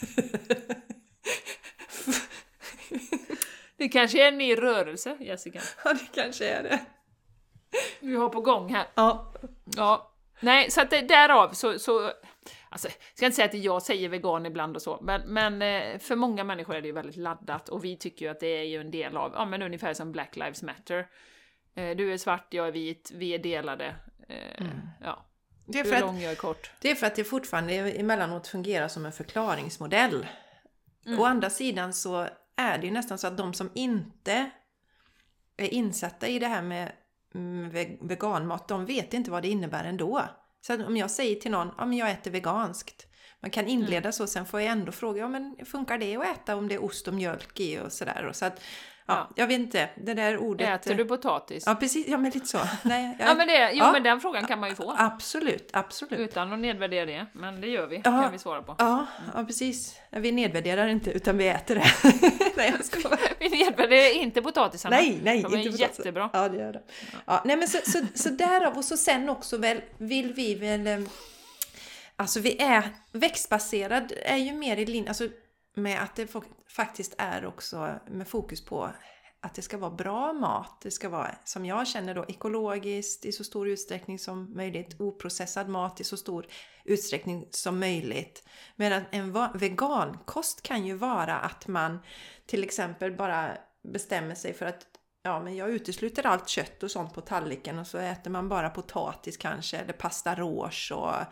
Det kanske är en ny rörelse, Jessica. Ja, det kanske är det. Vi har på gång här. Ja. Nej, så att därav så alltså, jag ska inte säga att jag säger vegan ibland och så, men för många människor är det ju väldigt laddat, och vi tycker ju att det är ju en del av, men ungefär som Black Lives Matter. Du är svart, jag är vit, vi är delade. Ja. Det är du är lång, jag är kort. Det är för att det fortfarande emellanåt fungerar som en förklaringsmodell. Å andra sidan så är det ju nästan så att de som inte är insatta i det här med veganmat, de vet inte vad det innebär ändå. Så om jag säger till någon, men jag äter veganskt. Man kan inleda så, sen får jag ändå fråga, men funkar det att äta om det är ost och mjölk i och sådär. Och så att, jag vet inte, det där ordet... Äter du potatis? Ja, precis, men lite så. Nej, men den frågan kan man ju få. Absolut. Utan att nedvärdera det, men det gör vi, kan vi svara på. Ja, precis. Vi nedvärderar inte, utan vi äter det. Nej, jag skojar. Vi nedvärderar inte potatisarna. Nej, de inte är jättebra. Ja, det gör det. Ja, nej, men så därav, och så sen också vill vi väl... Alltså växtbaserad är ju mer i linje, alltså med att det faktiskt är också med fokus på att det ska vara bra mat. Det ska vara, som jag känner då, ekologiskt i så stor utsträckning som möjligt. Oprocessad mat i så stor utsträckning som möjligt. Medan en vegankost kan ju vara att man till exempel bara bestämmer sig för att men jag utesluter allt kött och sånt på tallriken, och så äter man bara potatis kanske, eller pasta rouge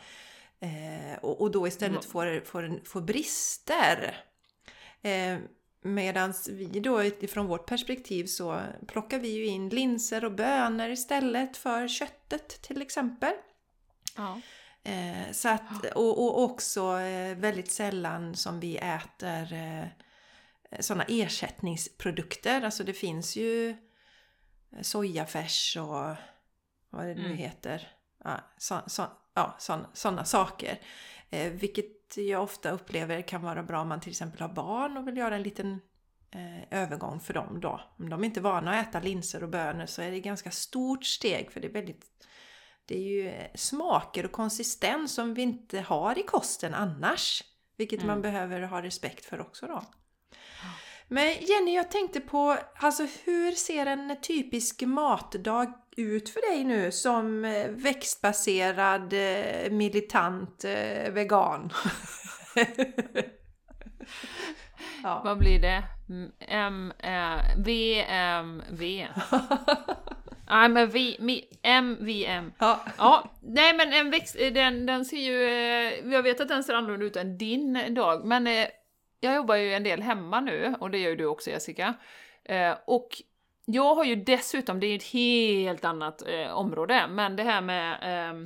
och då istället får brister. Medan vi då från vårt perspektiv så plockar vi ju in linser och bönor istället för köttet till exempel. Ja. Så att, och också väldigt sällan som vi äter sådana ersättningsprodukter. Alltså det finns ju sojafärs och vad det nu heter. Sådana saker. Vilket jag ofta upplever kan vara bra om man till exempel har barn och vill göra en liten övergång för dem då. Om de inte är vana att äta linser och bönor så är det ett ganska stort steg, för det är ju smaker och konsistens som vi inte har i kosten annars. Vilket man behöver ha respekt för också då. Men Jenny, jag tänkte på, alltså hur ser en typisk matdag ut för dig nu som växtbaserad militant vegan? Ja. Vad blir det? V. Nej, men MVM. Ja. Ja, nej men en växt, den ser ju, jag vet att den ser annorlunda ut än din dag, men jag jobbar ju en del hemma nu, och det gör ju du också, Jessica. Och jag har ju dessutom, det är ett helt annat område, men det här med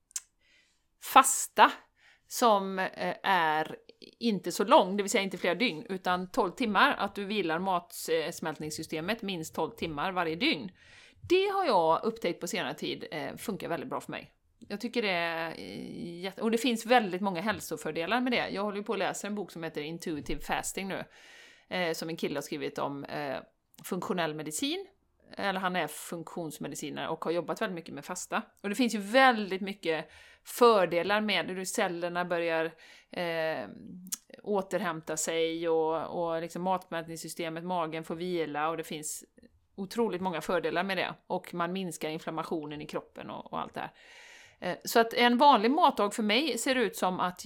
fasta som är inte så lång, det vill säga inte flera dygn, utan 12 timmar, att du vilar matsmältningssystemet minst 12 timmar varje dygn. Det har jag upptäckt på senare tid funkar väldigt bra för mig. Jag tycker det är och det finns väldigt många hälsofördelar med det. Jag håller ju på att läsa en bok som heter Intuitive Fasting nu, som en kille har skrivit om funktionell medicin. Eller han är funktionsmedicinare och har jobbat väldigt mycket med fasta. Och det finns ju väldigt mycket fördelar med hur cellerna börjar återhämta sig och liksom matmätningssystemet, magen får vila, och det finns otroligt många fördelar med det. Och man minskar inflammationen i kroppen och allt det här. Så att en vanlig matdag för mig ser ut som att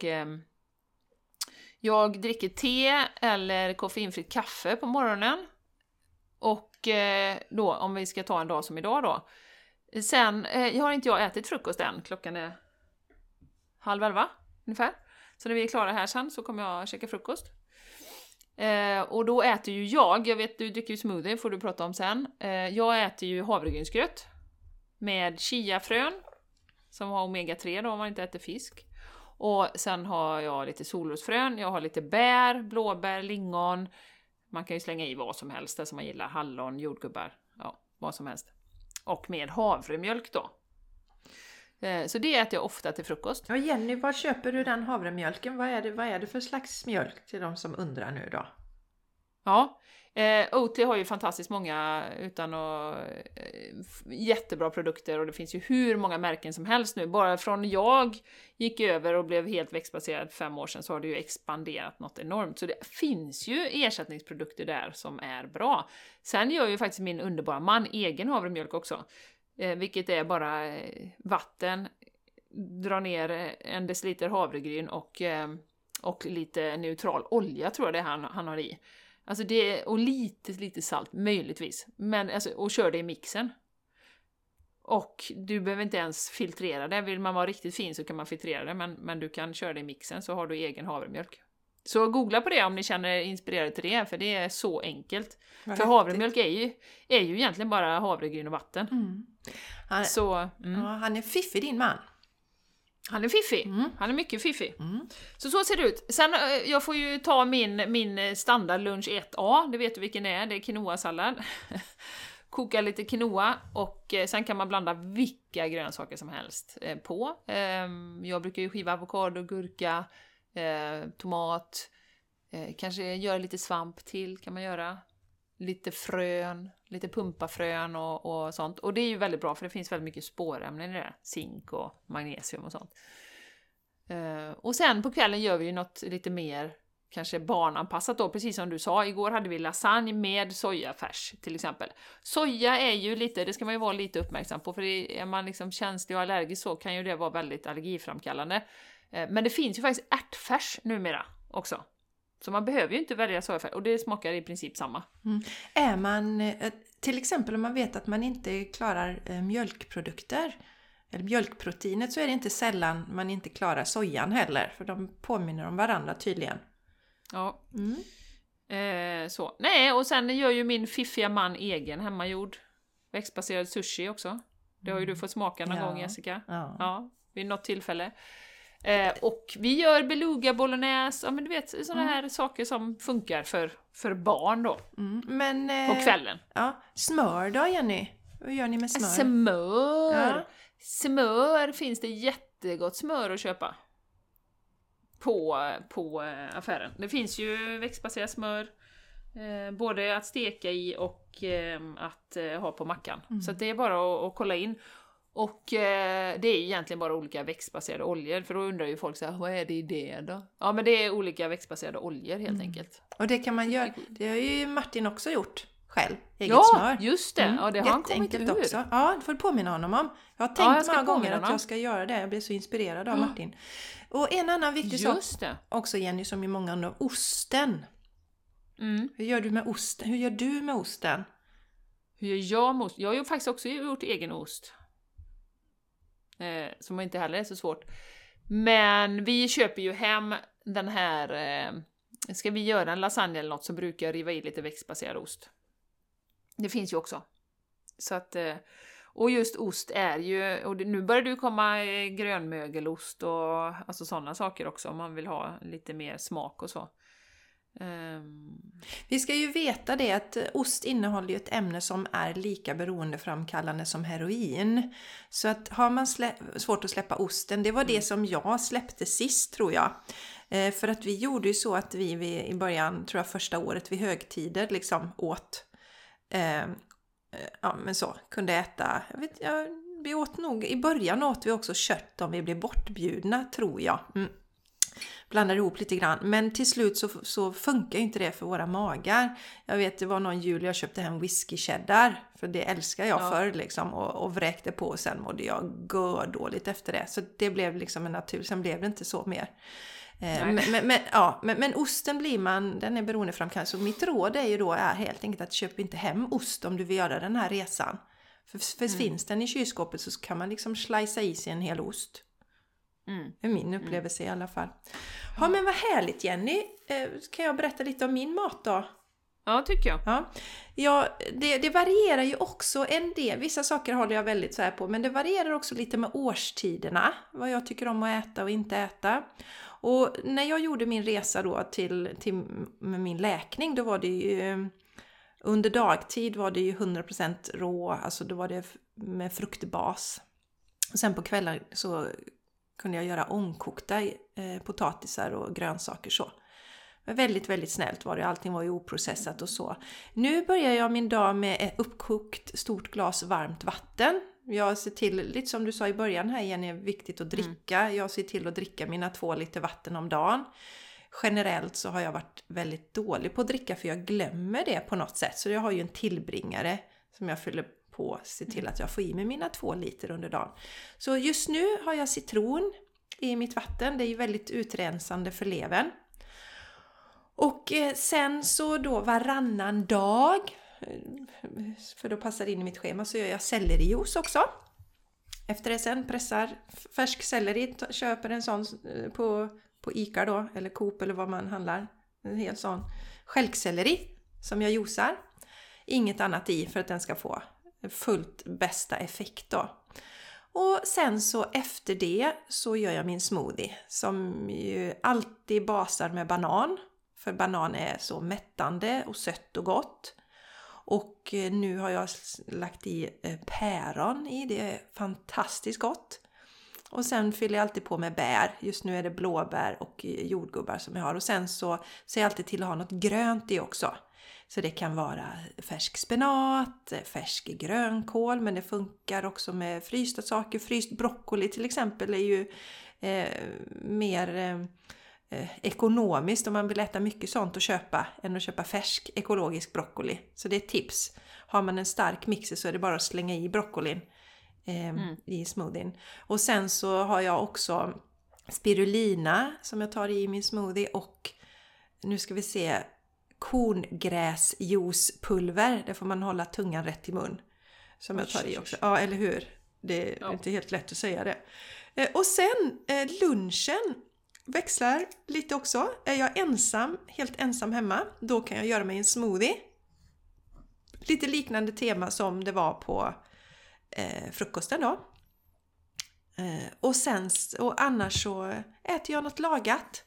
jag dricker te eller koffeinfritt kaffe på morgonen. Och då, om vi ska ta en dag som idag då. Sen, har inte jag ätit frukost än. Klockan är 10:30 ungefär. Så när vi är klara här sen så kommer jag käka frukost. Och då äter ju jag vet du dricker ju smoothie, får du prata om sen. Jag äter ju havregrynsgröt med chiafrön som har omega-3 då om man inte äter fisk. Och sen har jag lite solrosfrön, jag har lite bär, blåbär, lingon. Man kan ju slänga i vad som helst, det som man gillar, hallon, jordgubbar, ja, vad som helst. Och med havremjölk då. Så det äter jag ofta till frukost. Och Jenny, var köper du den havremjölken? Vad är det för slags mjölk till de som undrar nu då? Ja, Oatly har ju fantastiskt många jättebra produkter, och det finns ju hur många märken som helst nu. Bara från jag gick över och blev helt växtbaserad för 5 år sedan så har det ju expanderat något enormt. Så det finns ju ersättningsprodukter där som är bra. Sen gör ju faktiskt min underbara man egen havremjölk också. Vilket är bara vatten, dra ner 1 deciliter havregryn och lite neutral olja tror jag det han har i. Alltså det, och lite salt, möjligtvis. Men, alltså, och kör det i mixen. Och du behöver inte ens filtrera det. Vill man vara riktigt fin så kan man filtrera det. Men du kan köra det i mixen så har du egen havremjölk. Så googla på det om ni känner er inspirerade till det. För det är så enkelt. För havremjölk är ju egentligen bara havregryn och vatten. Mm. Han är fiffig din man. Han är fiffig. Han är mycket fiffig. Så ser det ut. Sen jag får ju ta min standard lunch 1A. Det vet du vilken det är. Det är quinoa-sallad. Koka lite quinoa. Och sen kan man blanda vilka grönsaker som helst på. Jag brukar ju skiva avokado, gurka, tomat. Kanske göra lite svamp till kan man göra. Lite frön, lite pumpafrön och sånt. Och det är ju väldigt bra för det finns väldigt mycket spårämnen i det. Zink och magnesium och sånt. Och sen på kvällen gör vi ju något lite mer kanske barnanpassat då. Precis som du sa, igår hade vi lasagne med sojafärs till exempel. Soja är ju lite, det ska man ju vara lite uppmärksam på. För är man liksom känslig och allergisk så kan ju det vara väldigt allergiframkallande. Men det finns ju faktiskt ärtfärs numera också. Så man behöver ju inte välja sojafärs och det smakar i princip samma. Är man, till exempel om man vet att man inte klarar mjölkprodukter eller mjölkproteinet så är det inte sällan man inte klarar sojan heller. För de påminner om varandra tydligen. Ja. Så. Nej, och sen gör ju min fiffiga man egen hemmagjord växtbaserad sushi också. Det har ju du fått smaka någon gång, Jessica. Ja, vid något tillfälle. Och vi gör beluga bolognese, ja men du vet sådana här saker som funkar för barn då. Men, på kvällen. Ja, smör då Jenny? Vad gör ni med smör? Smör! Smör finns det jättegott smör att köpa. På affären. Det finns ju växtbaserat smör. Både att steka i och att ha på mackan. Så att det är bara att kolla in. Och det är egentligen bara olika växtbaserade oljor. För då undrar ju folk så här, vad är det i det då? Ja, men det är olika växtbaserade oljor helt enkelt. Och det kan man göra, det har ju Martin också gjort. själv, eget smör. Ja, just det. Ja, det har han kommit Jätteenkelt ur. också. Ja, det får du påminna honom om. Jag har tänkt Ja, jag ska många gånger påminna att honom. jag ska göra det. Jag blev så inspirerad av Martin. Och en annan viktig sak Just det. också, Jenny, som i många andra, osten. Hur gör du med osten? Hur gör du med osten? Hur gör jag med ost? Jag har ju faktiskt också gjort egen ost. Som inte heller är så svårt. Men vi köper ju hem den här... ska vi göra en lasagne eller något så brukar jag riva i lite växtbaserad ost. Det finns ju också. Så att... Och just ost är ju... Och nu börjar det komma grönmögelost och alltså sådana saker också om man vill ha lite mer smak och så. Vi ska ju veta det att ost innehåller ju ett ämne som är lika beroendeframkallande som heroin. Så att har man svårt att släppa osten, det var det som jag släppte sist tror jag. För att vi gjorde ju så att vi i början, tror jag första året vid högtider liksom åt, ja men så, kunde äta, vi åt nog, i början åt vi också kött om vi blev bortbjudna tror jag. Blandar ihop lite grann. Men till slut så funkar ju inte det för våra magar. Jag vet, det var någon jul jag köpte hem whisky cheddar. För det älskar jag förr liksom. Och vräkte på och sen mådde jag dåligt efter det. Så det blev liksom en natur. Sen blev det inte så mer. Men osten den är beroendeframkallande. Så mitt råd är ju då helt enkelt att köp inte hem ost om du vill göra den här resan. För finns den i kylskåpet så kan man liksom slicea i sig en hel ost. Det är min upplevelse i alla fall. Ja, men vad härligt Jenny. Kan jag berätta lite om min mat då? Ja, tycker jag. Ja, det varierar ju också en del. Vissa saker håller jag väldigt så här på. Men det varierar också lite med årstiderna. Vad jag tycker om att äta och inte äta. Och när jag gjorde min resa då med min läkning. Då var det ju... Under dagtid var det ju 100% rå. Alltså då var det med fruktbas. Och sen på kvällar så... kunde jag göra ångkokta potatisar och grönsaker så. Men väldigt, väldigt snällt var det. Allting var ju oprocessat och så. Nu börjar jag min dag med ett uppkokt stort glas varmt vatten. Jag ser till, lite som du sa i början här igen, är viktigt att dricka. Jag ser till att dricka mina 2 liter vatten om dagen. Generellt så har jag varit väldigt dålig på att dricka för jag glömmer det på något sätt. Så jag har ju en tillbringare som jag fyller på, se till att jag får i mig mina 2 liter under dagen. Så just nu har jag citron i mitt vatten. Det är ju väldigt utrensande för levern. Och sen så då varannan dag, för då passar det in i mitt schema, så gör jag sellerijuice också. Efter det sen pressar färsk selleri, köper en sån på Ica då, eller Coop eller vad man handlar. En hel sån stjälkselleri som jag juicar. Inget annat i för att den ska få fullt bästa effekt då. Och sen så efter det så gör jag min smoothie som ju alltid basar med banan. För banan är så mättande och sött och gott. Och nu har jag lagt i päron i, det är fantastiskt gott. Och sen fyller jag alltid på med bär. Just nu är det blåbär och jordgubbar som jag har. Och sen så ser jag alltid till att ha något grönt i också. Så det kan vara färsk spenat, färsk grönkål, men det funkar också med frysta saker. Fryst broccoli till exempel är ju mer ekonomiskt om man vill äta mycket sånt att köpa än att köpa färsk ekologisk broccoli. Så det är ett tips. Har man en stark mixer så är det bara att slänga i broccolin i smoothien. Och sen så har jag också spirulina som jag tar i min smoothie och nu ska vi se korngräsjuicepulver. Det får man hålla tungan rätt i mun. Som jag tar i också. Ja, eller hur? Det är inte helt lätt att säga det. Och sen lunchen växlar lite också. Är jag helt ensam hemma, då kan jag göra mig en smoothie. Lite liknande tema som det var på frukosten då. Och annars så äter jag något lagat.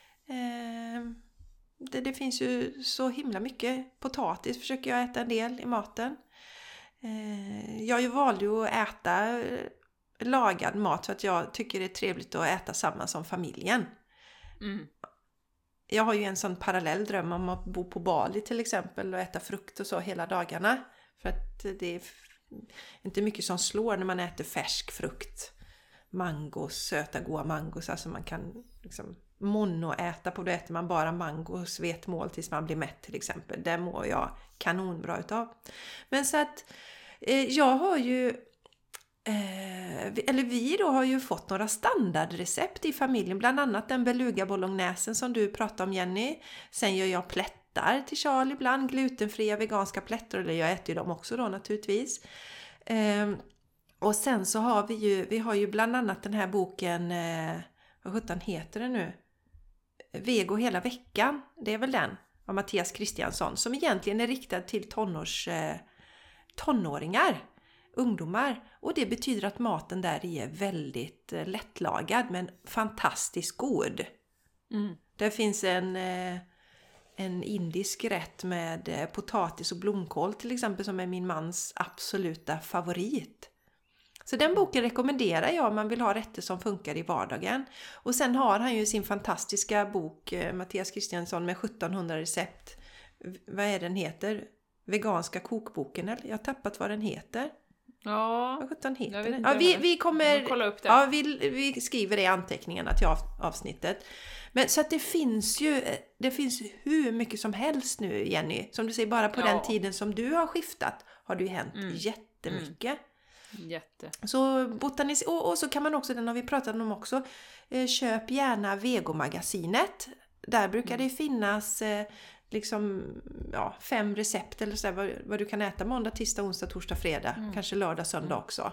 Det finns ju så himla mycket potatis, försöker jag äta en del i maten. Jag valde ju att äta lagad mat för att jag tycker det är trevligt att äta samma som familjen. Jag har ju en sån parallell dröm om att bo på Bali till exempel och äta frukt och så hela dagarna. För att det är inte mycket som slår när man äter färsk frukt. Mangos, söta goda mangos, alltså man kan liksom monoäta på, då äter man bara mango och svetmål tills man blir mätt till exempel. Det mår jag kanonbra utav. Men så att jag har ju eller vi då har ju fått några standardrecept i familjen, bland annat den beluga bolognesen som du pratade om, Jenny. Sen gör jag plättar till Charlie ibland, glutenfria veganska plättar, eller jag äter ju dem också då naturligtvis. Och sen så har vi har ju bland annat den här boken, vad sjutton heter det nu? Vego hela veckan, det är väl den, av Mattias Kristiansson, som egentligen är riktad till tonåringar, ungdomar. Och det betyder att maten där är väldigt lättlagad men fantastiskt god. Det finns en indisk rätt med potatis och blomkål till exempel, som är min mans absoluta favorit. Så den boken rekommenderar jag om man vill ha rätter som funkar i vardagen. Och sen har han ju sin fantastiska bok, Mattias Kristiansson, med 1700 recept. Vad är den heter? Veganska kokboken, eller? Jag har tappat vad den heter. Ja, vad sjutton heter den? Ja, vi kommer kolla upp det. Ja, vi skriver det i anteckningarna till avsnittet. Men så att det finns hur mycket som helst nu, Jenny. Som du säger, bara på den tiden som du har skiftat har det ju hänt jättemycket. Jätte. Så och så kan man också, den har vi pratat om också, köp gärna Vegomagasinet. Där brukar det finnas 5 recept eller så där, vad du kan äta måndag, tisdag, onsdag, torsdag, fredag, kanske lördag, söndag också.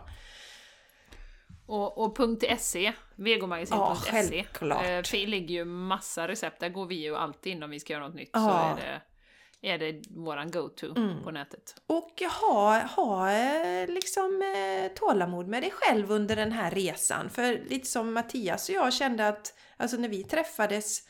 Och .se, vegomagasin.se. Självklart. Det ligger ju massa recept, där går vi ju alltid in om vi ska göra något nytt, så är det våran go-to på nätet. Och ha tålamod med dig själv under den här resan. För lite som Mattias och jag kände att, alltså när vi träffades,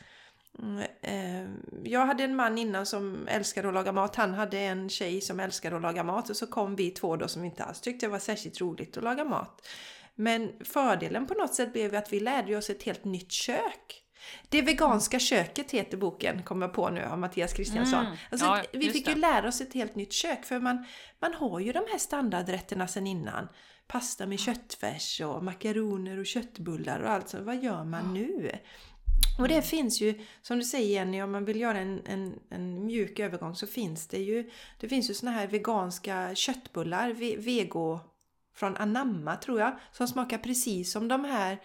jag hade en man innan som älskade att laga mat. Han hade en tjej som älskade att laga mat. Och så kom vi två då som inte alls tyckte det var särskilt roligt att laga mat. Men fördelen på något sätt blev att vi lärde oss ett helt nytt kök. Det veganska köket heter boken, kommer jag på nu, av Mattias Kristiansson. Vi fick ju lära oss ett helt nytt kök, för man har ju de här standardrätterna sedan innan. Pasta med köttfärs och makaroner och köttbullar och allt. Så vad gör man nu? Och det finns ju, som du säger Jenny, om man vill göra en mjuk övergång, så finns det finns ju såna här veganska köttbullar, vego från Anamma tror jag, som smakar precis som de här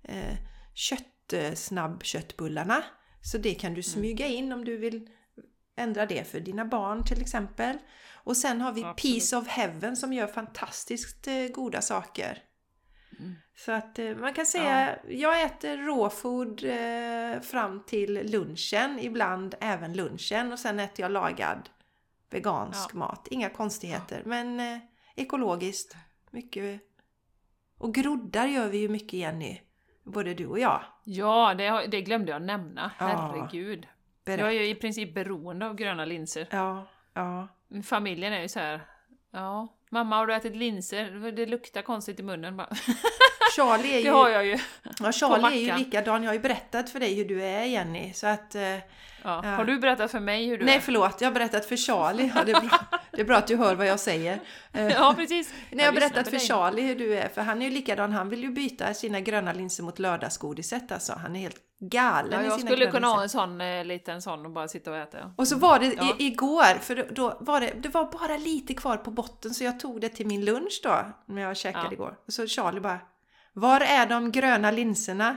snabbköttbullarna. Så det kan du smyga in om du vill ändra det för dina barn till exempel. Och sen har vi Piece of Heaven som gör fantastiskt goda saker. Så att man kan säga, jag äter råfood fram till lunchen, ibland även lunchen, och sen äter jag lagad vegansk mat. Inga konstigheter, men ekologiskt mycket. Och groddar gör vi ju mycket, Jenny, både du och jag. Ja, det glömde jag nämna. Herregud. Jag är ju i princip beroende av gröna linser. Ja. Familjen är ju så här. Ja, mamma, har du ätit linser? Det luktar konstigt i munnen bara. Charlie är ju, det har jag ju. Ja, Charlie är ju likadan. Jag har ju berättat för dig hur du är, Jenny. Så att, Har du berättat för mig hur du är? Nej, förlåt. Jag har berättat för Charlie. Ja, det är bra att du hör vad jag säger. Ja, precis. Jag har berättat för Charlie hur du är. För han är ju likadan. Han vill ju byta sina gröna linser mot lördagsgodiset. Alltså. Han är helt galen i sina. Jag skulle kunna ha en sån liten sån och bara sitta och äta. Och så var det igår. För då var det var bara lite kvar på botten. Så jag tog det till min lunch då. När jag käkade igår. Och så Charlie bara: var är de gröna linserna?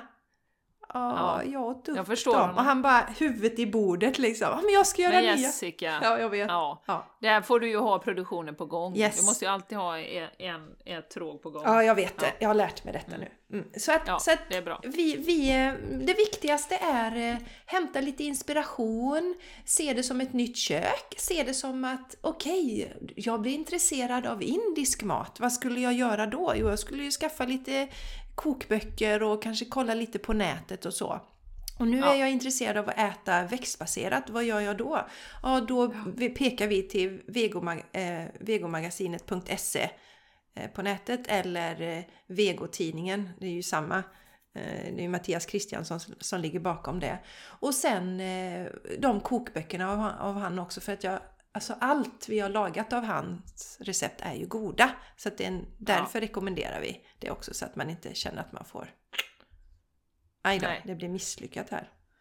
Jag förstår dem. Och han bara, huvudet i bordet liksom. Men jag ska göra nya. Jessica. Ja, jag vet. Ja. Där får du ju ha produktionen på gång. Yes. Du måste ju alltid ha ett tråg på gång. Ja, jag vet det. Jag har lärt mig detta nu. Så att det är bra. Det viktigaste är hämta lite inspiration. Se det som ett nytt kök. Se det som att, jag blir intresserad av indisk mat. Vad skulle jag göra då? Jo, jag skulle ju skaffa lite kokböcker och kanske kolla lite på nätet och så. Och nu är jag intresserad av att äta växtbaserat. Vad gör jag då? Ja, då pekar vi till vegomagasinet.se på nätet, eller Vegotidningen. Det är ju samma. Det är Mattias Kristiansson som ligger bakom det. Och sen de kokböckerna av han också, för att allt vi har lagat av hans recept är ju goda. Så att därför rekommenderar vi det också, så att man inte känner att man får det blir misslyckat här.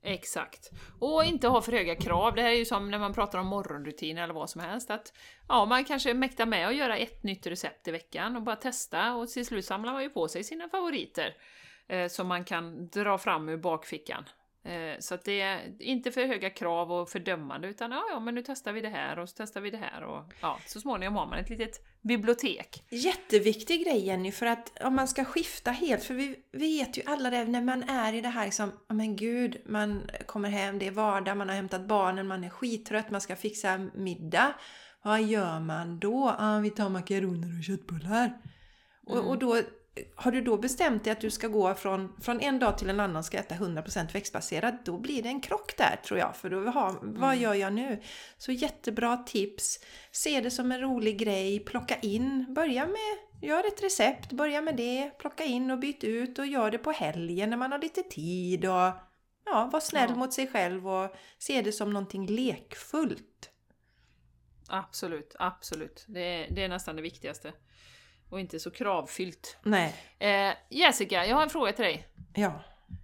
Exakt. Och inte ha för höga krav. Det här är ju som när man pratar om morgonrutin eller vad som helst. Att ja, man kanske mäktar med att göra ett nytt recept i veckan och bara testa. Och till slut samlar man ju på sig sina favoriter. Som man kan dra fram ur bakfickan. Så att det är inte för höga krav och fördömande. Utan ja, men nu testar vi det här och så testar vi det här. Och ja, så småningom har man ett litet bibliotek. Jätteviktig grej, Jenny, för att om man ska skifta helt, för vi vet ju alla det när man är i det här liksom, men gud, man kommer hem, det är vardag, man har hämtat barnen, man är skittrött, man ska fixa middag. Vad gör man då? Vi tar makaroner och köttbullar. Och då har du då bestämt dig att du ska gå från en dag till en annan ska äta 100% växtbaserat, då blir det en krock där, tror jag. För då vad gör jag nu? Så jättebra tips. Se det som en rolig grej. Plocka in. Gör ett recept. Börja med det. Plocka in och byt ut. Och gör det på helgen när man har lite tid. Och ja, var snäll mot sig själv och se det som någonting lekfullt. Absolut, absolut. Det är nästan det viktigaste. Och inte så kravfyllt. Nej. Jessica, jag har en fråga till dig. Ja.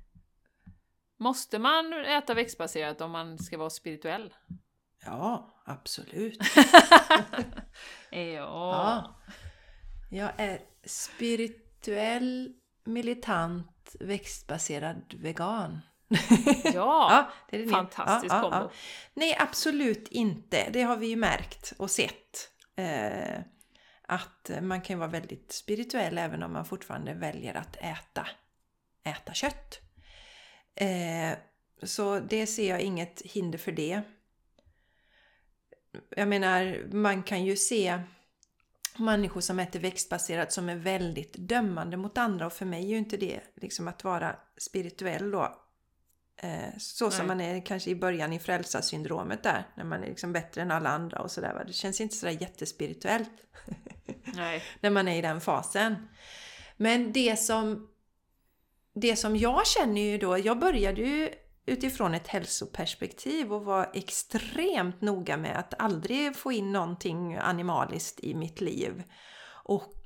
Måste man äta växtbaserat om man ska vara spirituell? Ja, absolut. Ja. Jag är spirituell, militant, växtbaserad vegan. Ja, det är det. Fantastisk kombo. Ja. Nej, absolut inte. Det har vi ju märkt och sett. Att man kan vara väldigt spirituell även om man fortfarande väljer att äta kött. Så det ser jag inget hinder för det. Jag menar, man kan ju se människor som äter växtbaserat som är väldigt dömande mot andra, och för mig är ju inte det liksom att vara spirituell då. Så som man är kanske i början i frälsarsyndromet där, när man är liksom bättre än alla andra och sådär. Det känns inte sådär jättespirituellt. Nej. När man är i den fasen. Men det som jag känner ju då, jag började ju utifrån ett hälsoperspektiv och var extremt noga med att aldrig få in någonting animaliskt i mitt liv. Och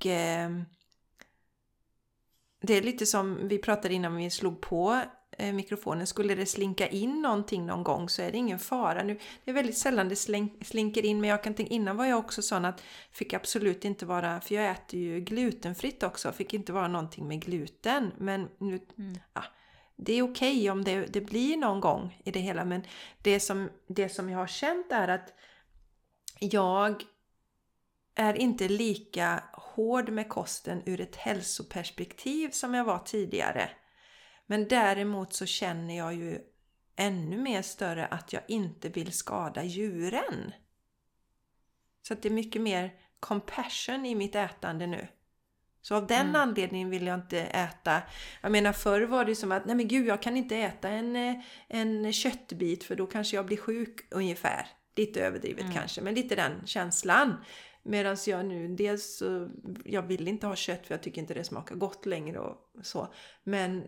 det är lite som vi pratade innan vi slog på mikrofonen. Skulle det slinka in någonting någon gång så är det ingen fara. Nu, det är väldigt sällan det slinker in, men jag kan tänka, innan var jag också sån att fick absolut inte vara, för jag äter ju glutenfritt också, fick inte vara någonting med gluten. Men nu, det är okej om det blir någon gång i det hela. Men det som jag har känt är att jag är inte lika hård med kosten ur ett hälsoperspektiv som jag var tidigare. Men däremot så känner jag ju ännu mer större att jag inte vill skada djuren. Så att det är mycket mer compassion i mitt ätande nu. Så av den anledningen vill jag inte äta. Jag menar, förr var det som att nej men gud, jag kan inte äta en köttbit för då kanske jag blir sjuk ungefär. Lite överdrivet kanske, men lite den känslan. Medan jag nu, dels så, jag vill inte ha kött för jag tycker inte det smakar gott längre och så. Men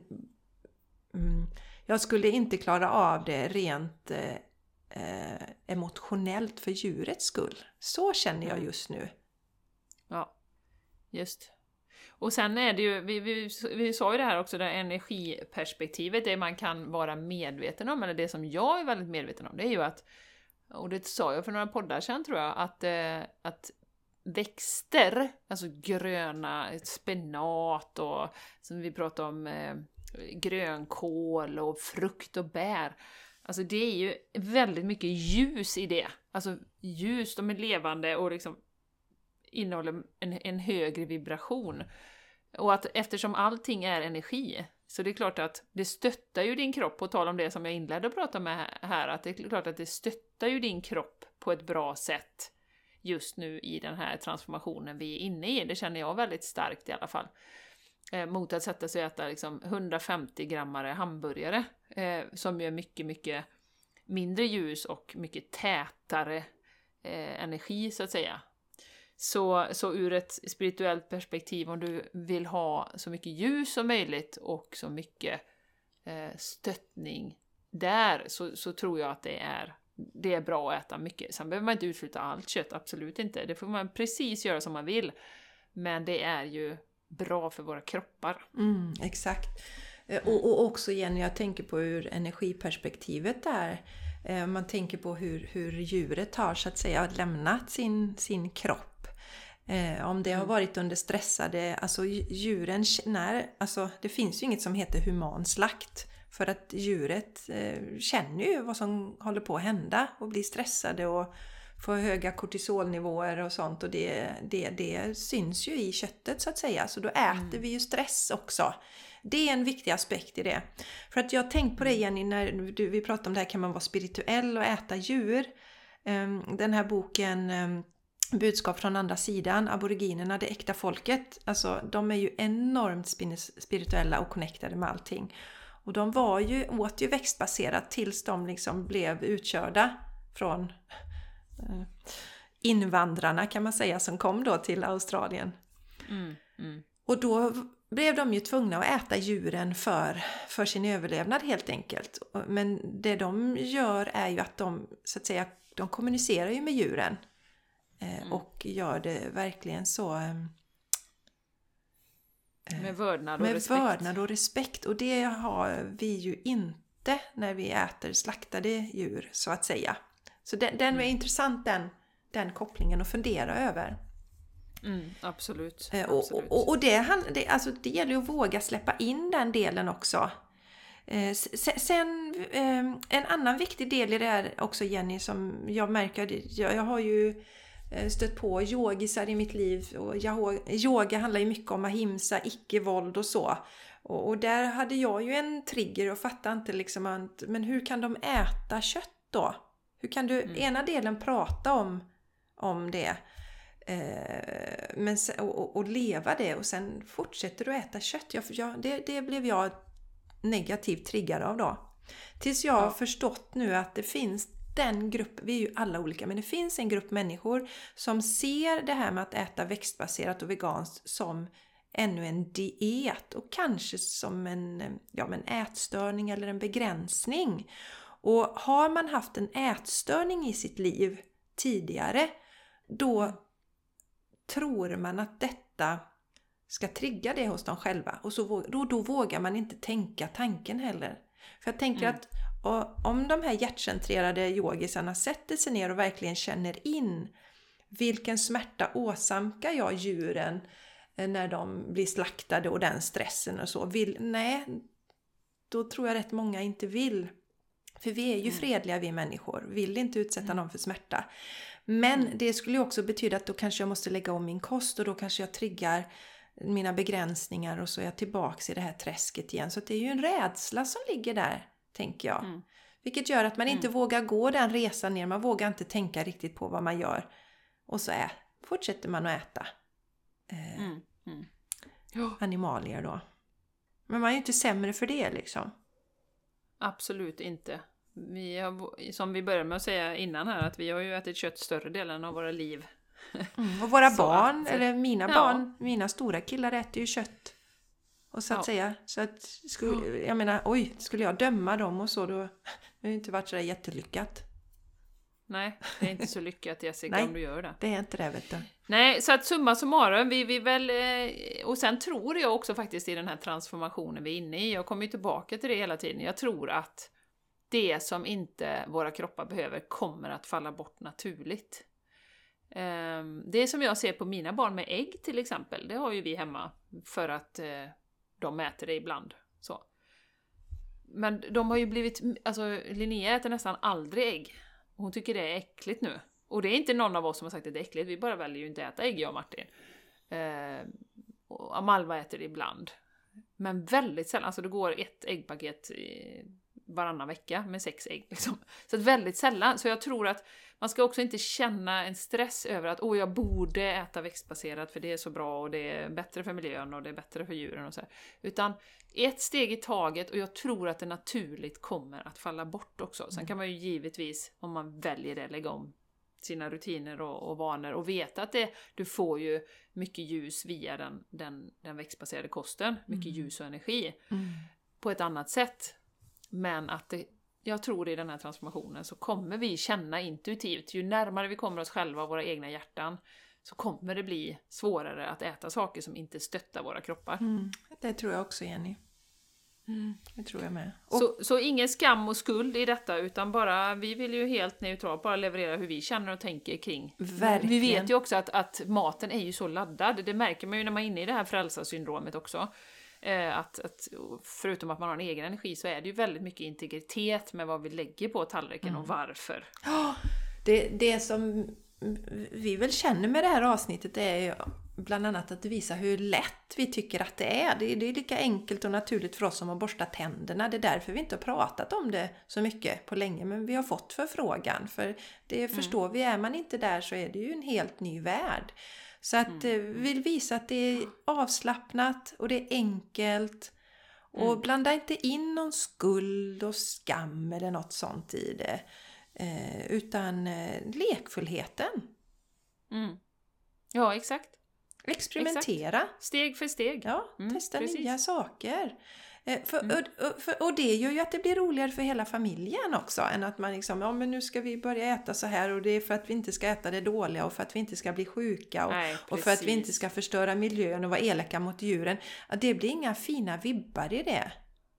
jag skulle inte klara av det rent emotionellt för djurets skull. Så känner jag just nu. Ja, just. Och sen är det ju, vi sa ju det här också, det energiperspektivet, det man kan vara medveten om, eller det som jag är väldigt medveten om, det är ju att, och det sa jag för några poddar sedan tror jag, att växter, alltså gröna, spenat och som vi pratar om grönkål och frukt och bär, alltså det är ju väldigt mycket ljus i det, alltså ljus, de är levande och liksom innehåller en högre vibration. Och att eftersom allting är energi, så det är klart att det stöttar ju din kropp, på tal om det som jag inledde att prata med här, att det är klart att det stöttar ju din kropp på ett bra sätt just nu i den här transformationen vi är inne i. Det känner jag väldigt starkt i alla fall. Mot att sätta sig och äta liksom 150 grammare hamburgare som är mycket, mycket mindre ljus och mycket tätare energi så att säga. Så ur ett spirituellt perspektiv, om du vill ha så mycket ljus som möjligt och så mycket stöttning där, så tror jag att det är bra att äta mycket. Sen behöver man inte utesluta allt kött, absolut inte. Det får man precis göra som man vill. Men det är ju bra för våra kroppar. Exakt. Och också igen, jag tänker på hur energiperspektivet är. Man tänker på hur djuret har så att säga lämnat sin kropp. Om det har varit under stressade, alltså djuren, alltså det finns ju inget som heter humanslakt. För att djuret känner ju vad som håller på att hända och blir stressade och får höga kortisolnivåer och sånt. Och det syns ju i köttet så att säga. Så då äter vi ju stress också. Det är en viktig aspekt i det. För att jag har tänkt på det Jenny, när vi pratade om det här, kan man vara spirituell och äta djur. Den här boken Budskap från andra sidan, aboriginerna, det äkta folket. Alltså de är ju enormt spirituella och connectade med allting. Och de åt ju växtbaserat tills de liksom blev utkörda från invandrarna kan man säga, som kom då till Australien. Och då blev de ju tvungna att äta djuren för sin överlevnad helt enkelt. Men det de gör är ju att de så att säga, de kommunicerar ju med djuren. Och gör det verkligen så med vördnad och respekt. Med vördnad och respekt. Och det har vi ju inte när vi äter slaktade djur så att säga. Så den är intressant den kopplingen att fundera över. Absolut. Och det gäller ju att våga släppa in den delen också. Sen en annan viktig del i det här också Jenny, som jag märker, jag har ju stött på yogisar i mitt liv, och yoga handlar ju mycket om ahimsa, icke-våld och så. Och där hade jag ju en trigger och fattade inte liksom men hur kan de äta kött då? Hur kan du ena delen prata om det men och leva det, och sen fortsätter du äta kött? Det blev jag negativt triggad av då. Tills jag har förstått nu att det finns den grupp, vi är ju alla olika, men det finns en grupp människor som ser det här med att äta växtbaserat och veganskt som ännu en diet och kanske som en ätstörning eller en begränsning. Och har man haft en ätstörning i sitt liv tidigare, då tror man att detta ska trigga det hos dem själva. Och då vågar man inte tänka tanken heller. För jag tänker att om de här hjärtcentrerade yogisarna sätter sig ner och verkligen känner in vilken smärta åsamkar jag djuren när de blir slaktade och den stressen och så. Då tror jag rätt många inte vill. För vi är ju fredliga, vi människor. Vill inte utsätta någon för smärta. Men det skulle ju också betyda att då kanske jag måste lägga om min kost, och då kanske jag triggar mina begränsningar och så är jag tillbaka i det här träsket igen. Så det är ju en rädsla som ligger där, tänker jag. Vilket gör att man inte vågar gå den resan ner. Man vågar inte tänka riktigt på vad man gör. Och så fortsätter man att äta animalier då. Men man är ju inte sämre för det liksom. Absolut inte. Vi har, som vi började med att säga innan här, att vi har ju ätit kött större delen av våra liv. Och våra barn, eller mina barn, mina stora killar äter ju kött. Och så att säga, så att jag menar, skulle jag döma dem och så, då har det inte varit så där jättelyckat. Nej, det är inte så lyckat, Jessica, om du gör det. Det är inte det, vet du. Nej, så att summa summarum, vi väl, och sen tror jag också faktiskt i den här transformationen vi är inne i, jag kommer ju tillbaka till det hela tiden, jag tror att det som inte våra kroppar behöver kommer att falla bort naturligt. Det som jag ser på mina barn med ägg till exempel, det har ju vi hemma för att de äter det ibland. Så. Men de har ju blivit, alltså Linnea äter nästan aldrig ägg. Hon tycker det är äckligt nu. Och det är inte någon av oss som har sagt att det är äckligt, vi bara väljer ju inte äta ägg, jag och Martin. Och Amalva äter det ibland. Men väldigt sällan, alltså det går ett äggpaket varannan vecka med 6 ägg liksom. Så att väldigt sällan, så jag tror att man ska också inte känna en stress över att jag borde äta växtbaserat för det är så bra och det är bättre för miljön och det är bättre för djuren och så här. Utan ett steg i taget, och jag tror att det naturligt kommer att falla bort också. Sen kan man ju givetvis, om man väljer det, lägga om sina rutiner och vanor och veta att du får ju mycket ljus via den växtbaserade kosten, mycket ljus och energi på ett annat sätt. Men att jag tror i den här transformationen så kommer vi känna intuitivt, ju närmare vi kommer oss själva och våra egna hjärtan, så kommer det bli svårare att äta saker som inte stöttar våra kroppar. Det tror jag också, Jenny. Det tror jag med. Så ingen skam och skuld i detta, utan bara, vi vill ju helt neutralt bara leverera hur vi känner och tänker kring. Verkligen. Vi vet ju också att maten är ju så laddad, det märker man ju när man är inne i det här frälsarsyndromet också. Att förutom att man har en egen energi så är det ju väldigt mycket integritet med vad vi lägger på tallriken och varför. Det som vi väl känner med det här avsnittet är ju bland annat att visa hur lätt vi tycker att det är. Det är lika enkelt och naturligt för oss som att borsta tänderna. Det är därför vi inte har pratat om det så mycket på länge. Men vi har fått förfrågan. För det förstår vi, är man inte där så är det ju en helt ny värld. Så att vi vill visa att det är avslappnat och det är enkelt. Och blanda inte in någon skuld och skam eller något sånt i det. Utan lekfullheten. Ja, exakt. Experimentera. Exakt. Steg för steg. Ja, testa precis. nya saker. Och det gör ju att det blir roligare för hela familjen också. Än att man liksom, ja men nu ska vi börja äta så här. Och det är för att vi inte ska äta det dåliga. Och för att vi inte ska bli sjuka. Och för att vi inte ska förstöra miljön och vara elaka mot djuren. Ja, det blir inga fina vibbar i det.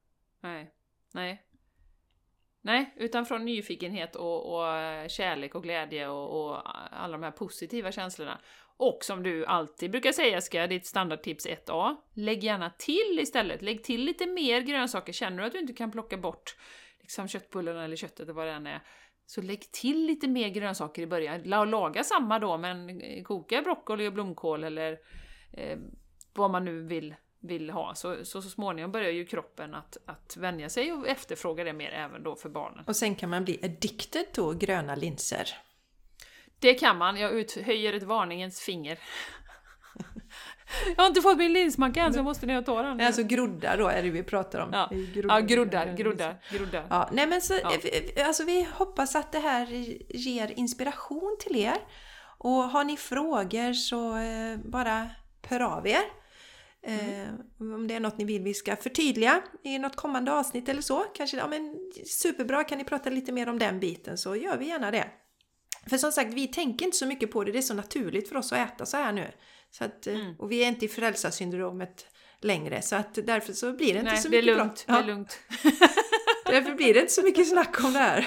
Nej, utan från nyfikenhet och kärlek och glädje och alla de här positiva känslorna. Och som du alltid brukar säga, ska ditt standardtips 1A, lägg gärna till istället. Lägg till lite mer grönsaker. Känner du att du inte kan plocka bort liksom köttbullarna eller köttet eller vad det än är, så lägg till lite mer grönsaker i början. Laga samma då, men koka broccoli och blomkål eller vad man nu vill ha. Så småningom börjar ju kroppen att vänja sig och efterfråga det mer även då för barnen. Och sen kan man bli addicted till gröna linser. Det kan man. Jag höjer ett varningens finger. Jag har inte fått min linsmacka än så jag måste ner och ta den. Alltså groddar då är det vi pratar om. Ja, groddar. Ja, nej men så, alltså vi hoppas att det här ger inspiration till er. Och har ni frågor så bara hör av er. Om det är något ni vill vi ska förtydliga i något kommande avsnitt eller så. Kanske, ja men superbra, kan ni prata lite mer om den biten så gör vi gärna det. För som sagt, vi tänker inte så mycket på det. Det är så naturligt för oss att äta så här nu. Så att, och vi är inte i frälsarsyndromet längre. Så att därför så blir det inte så mycket lugnt. Det är lugnt. Därför blir det inte så mycket snack om det här.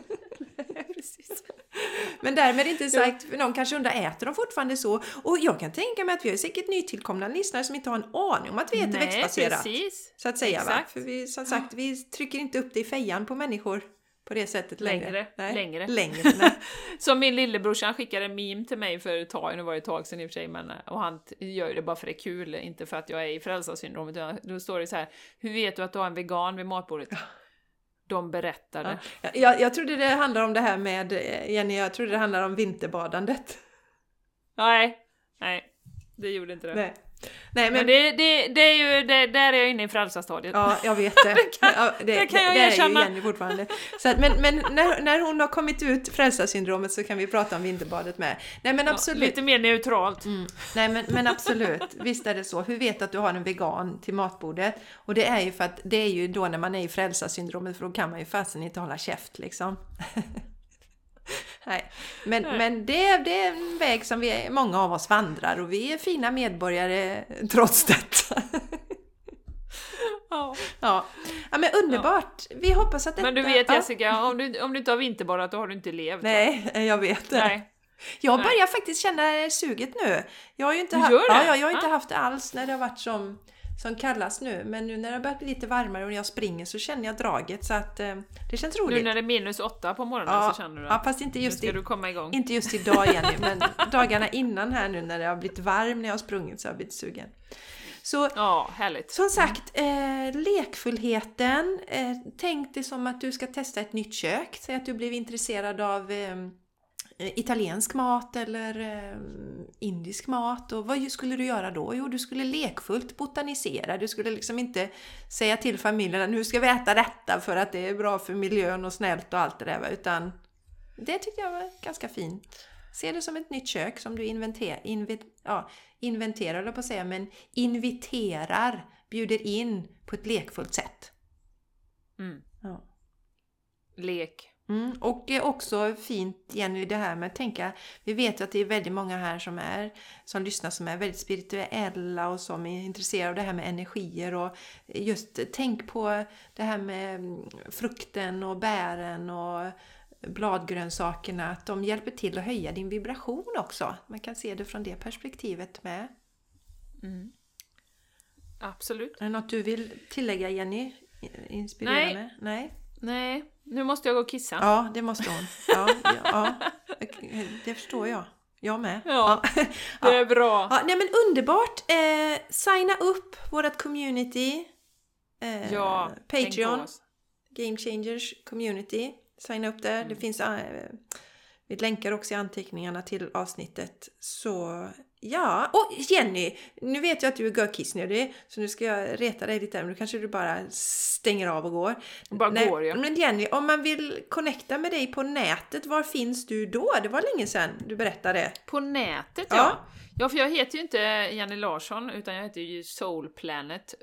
Precis. Men därmed inte sagt, för någon kanske undrar, äter de fortfarande så? Och jag kan tänka mig att vi har säkert nytillkomna lyssnare som inte har en aning om att vi äter växtbaserat. Precis. Så att säga, va? För vi, som sagt, vi trycker inte upp det i fejan på människor på det sättet längre. Längre. Som min lillebror, han skickade en meme till mig för ett tag, nu var det ett tag sedan i och för sig, men, och han gör det bara för det är kul, inte för att jag är i frälsarsyndromet. Då står det så här: hur vet du att du har en vegan vid matbordet? De berättade. Ja. Jag trodde det handlar om det här med, Jenny, jag trodde det handlar om vinterbadandet. Nej, det gjorde inte det. Nej, men det är ju, där är jag inne i frälsarstadiet. Ja, jag vet det. det kan jag erkänna. Det är ju Jenny fortfarande. Så att, men när hon har kommit ut frälsarsyndromet så kan vi prata om vinterbadet med. Nej, men absolut. Lite mer neutralt. Nej, men absolut. Visst är det så. Hur vet att du har en vegan till matbordet? Och det är ju för att det är ju då när man är i frälsarsyndromet, för då kan man ju fasen inte hålla käft liksom. Nej. Men det är en väg som många av oss vandrar och vi är fina medborgare trots detta. Ja, men underbart. Vi hoppas att detta... Men du vet, Jessica, om du inte har vinterbadat då har du inte levt. Nej, jag vet det. Nej. Jag börjar faktiskt känna suget nu. Jag har ju inte jag har inte haft det alls när det har varit som kallas nu. Men nu när det har börjat bli lite varmare och när jag springer så känner jag draget. Så att det känns roligt. Nu när det är -8 på morgonen så känner du ja, fast inte just nu ska du komma igång. Inte just idag Jenny, men dagarna innan här nu när det har blivit varm när jag har sprungit så har jag blivit sugen. Så, härligt. Som sagt, lekfullheten. Tänk dig som att du ska testa ett nytt kök. Säg att du blev intresserad av italiensk mat eller indisk mat. Och vad skulle du göra då? Jo, du skulle lekfullt botanisera. Du skulle liksom inte säga till familjen att nu ska vi äta detta för att det är bra för miljön och snällt och allt det där. Utan det tyckte jag var ganska fint. Se det som ett nytt kök som du inventerar, eller på att säga, men inviterar, bjuder in på ett lekfullt sätt. Lek. Och det är också fint, Jenny, det här med att tänka, vi vet att det är väldigt många här som lyssnar som är väldigt spirituella och som är intresserade av det här med energier, och just tänk på det här med frukten och bären och bladgrönsakerna, att de hjälper till att höja din vibration också. Man kan se det från det perspektivet med. Absolut. Är det något du vill tillägga, Jenny? Inspirera med? Nej, nu måste jag gå och kissa. Ja, det måste hon. Ja, det förstår jag. Jag med. Ja, det är bra. Ja, nej men underbart. Signa upp vårt community. Patreon. Game Changers community. Signa upp där. Det finns... vi länkar också i anteckningarna till avsnittet. Så... Ja, och Jenny, nu vet jag att du är görkissnödig, så nu ska jag reta dig lite, men nu kanske du bara stänger av och går. Går, ja. Men Jenny, om man vill connecta med dig på nätet, var finns du då? Det var länge sedan du berättade. På nätet, ja. Ja, för jag heter ju inte Jenny Larsson, utan jag heter ju Soulplanet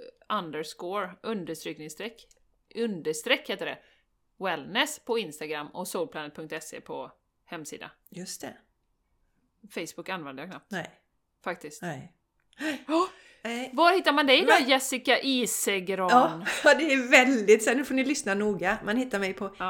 understreck heter det. Wellness på Instagram och soulplanet.se på hemsida. Just det. Facebook använder jag knappt. Nej. Faktiskt. Nej. Var hittar man dig då, Jessica Isegran? Ja, det är väldigt... Så nu får ni lyssna noga. Man hittar mig på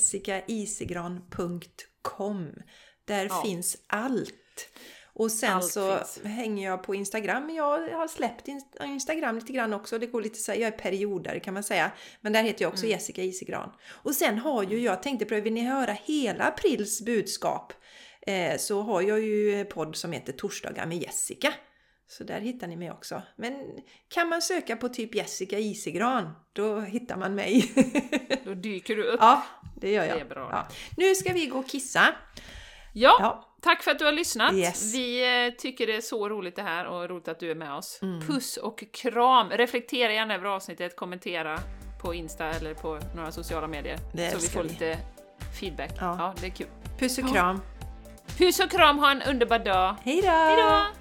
jessicaisigran.com. Där finns allt. Och sen hänger jag på Instagram. Jag har släppt Instagram lite grann också. Det går lite så här, jag är periodare kan man säga. Men där heter jag också Jessica Isegran. Och sen har ju jag tänkte på, vill ni höra hela aprils budskap? Så har jag ju podd som heter Torsdagar med Jessica. Så där hittar ni mig också. Men kan man söka på typ Jessica Isegran, då hittar man mig. Då dyker du upp. Ja, det gör jag. Det är bra. Ja. Nu ska vi gå och kissa. Ja, tack för att du har lyssnat. Yes. Vi tycker det är så roligt det här och roligt att du är med oss. Puss och kram. Reflektera gärna över avsnittet, kommentera på Insta eller på några sociala medier. Så vi får lite feedback. Ja, det är kul. Puss och kram. Puss och kram, ha en underbar dag. Hej då! Hej då!